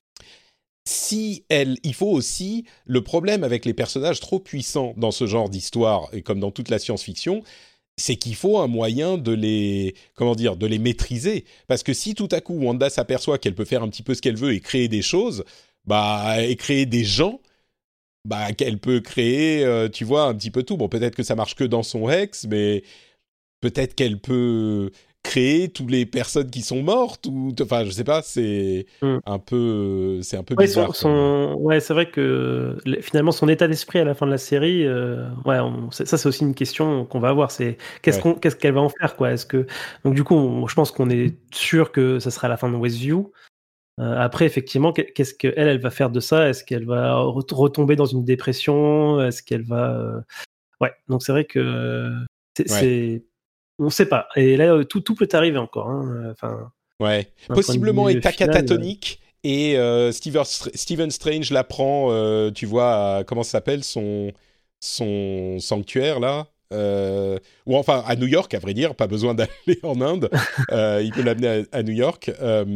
il faut aussi, le problème avec les personnages trop puissants dans ce genre d'histoire, et comme dans toute la science-fiction, c'est qu'il faut un moyen de les maîtriser. Parce que si tout à coup, Wanda s'aperçoit qu'elle peut faire un petit peu ce qu'elle veut et créer des choses, et créer des gens, qu'elle peut créer, tu vois, un petit peu tout. Bon, peut-être que ça marche que dans son Hex, mais peut-être qu'elle peut créer toutes les personnes qui sont mortes, ou enfin, je sais pas, c'est un peu bizarre. C'est vrai que finalement son état d'esprit à la fin de la série, ça c'est aussi une question qu'on va avoir. C'est qu'est-ce qu'elle va en faire, quoi. Donc du coup, je pense qu'on est sûr que ça sera la fin de Westview. Après, effectivement, qu'est-ce qu'elle va faire de ça ? Est-ce qu'elle va retomber dans une dépression ? Est-ce qu'elle va... donc c'est vrai que on ne sait pas. Et là, tout peut arriver encore. Hein. Possiblement état catatonique. Et Stephen Strange l'apprend, tu vois, comment ça s'appelle, son sanctuaire, là, ou enfin à New York, à vrai dire, pas besoin d'aller en Inde. Il peut l'amener à New York.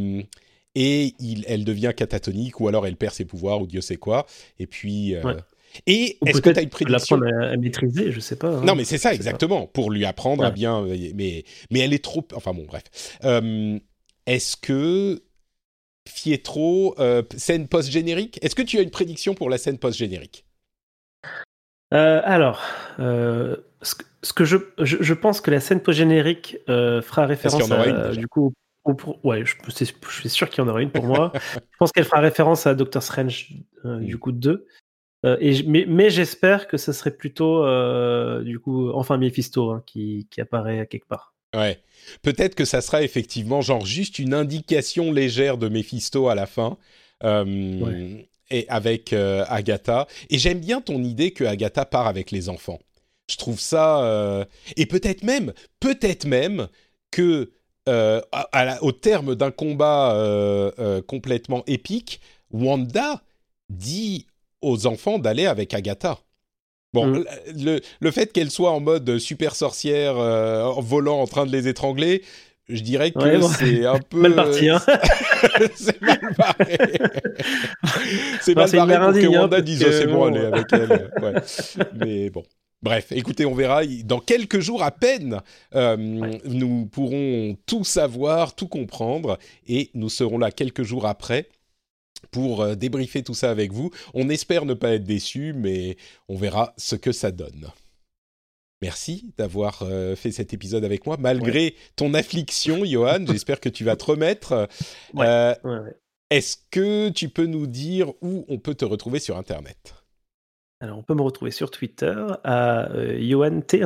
Et elle devient catatonique, ou alors elle perd ses pouvoirs, ou Dieu sait quoi. Et puis... Et ou est-ce que tu as une prédiction? L'apprendre à maîtriser, je sais pas. Hein, non, mais c'est ça, exactement. Pour lui apprendre à bien... Mais elle est trop... Enfin bon, bref. Est-ce que... Fietro, scène post-générique. Est-ce que tu as une prédiction pour la scène post-générique? Alors, ce que je pense que la scène post-générique fera référence qu'il y en aura une, du coup... je suis sûr qu'il y en aura une pour moi. Je pense qu'elle fera référence à Doctor Strange, du coup 2. Mais j'espère que ce serait plutôt du coup enfin Mephisto hein, qui apparaît quelque part. Ouais, peut-être que ça sera effectivement genre juste une indication légère de Mephisto à la fin, et avec Agatha. Et j'aime bien ton idée que Agatha part avec les enfants. Je trouve ça... Et peut-être même que au terme d'un combat complètement épique, Wanda dit aux enfants d'aller avec Agatha. Bon, le fait qu'elle soit en mode super sorcière, en volant, en train de les étrangler, je dirais que c'est un peu... mal parti, hein. C'est mal barré. C'est mal barré pour que Wanda dise « c'est bon, allez avec elle ». Ouais. Mais bon. Bref, écoutez, on verra. Dans quelques jours à peine, nous pourrons tout savoir, tout comprendre. Et nous serons là quelques jours après pour débriefer tout ça avec vous. On espère ne pas être déçus, mais on verra ce que ça donne. Merci d'avoir fait cet épisode avec moi, malgré ton affliction, Johan. J'espère que tu vas te remettre. Ouais. Est-ce que tu peux nous dire où on peut te retrouver sur Internet ? Alors, on peut me retrouver sur Twitter à YohanT_.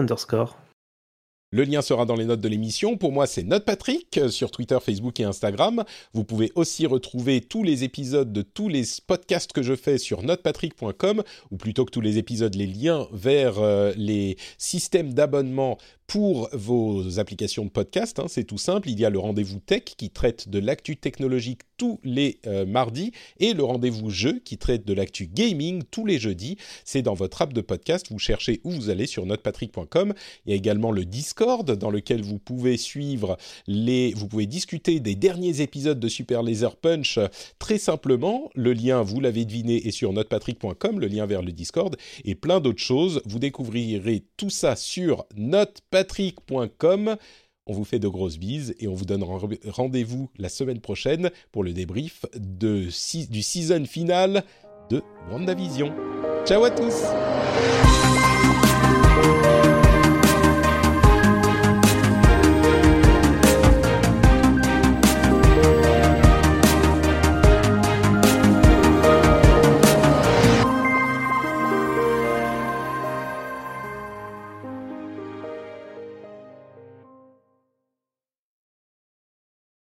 Le lien sera dans les notes de l'émission. Pour moi, c'est NotePatrick sur Twitter, Facebook et Instagram. Vous pouvez aussi retrouver tous les épisodes de tous les podcasts que je fais sur notepatrick.com, ou plutôt que tous les épisodes, les liens vers les systèmes d'abonnement pour vos applications de podcast. Hein, c'est tout simple. Il y a le rendez-vous tech qui traite de l'actu technologique tous les mardis, et le rendez-vous jeu qui traite de l'actu gaming tous les jeudis. C'est dans votre app de podcast. Vous cherchez où vous allez sur notepatrick.com. Il y a également le Discord dans lequel vous pouvez vous pouvez discuter des derniers épisodes de Super Laser Punch très simplement. Le lien, vous l'avez deviné, est sur notepatrick.com, le lien vers le Discord et plein d'autres choses. Vous découvrirez tout ça sur notepatrick.com. On vous fait de grosses bises et on vous donne rendez-vous la semaine prochaine pour le débrief du season final de WandaVision. Ciao à tous!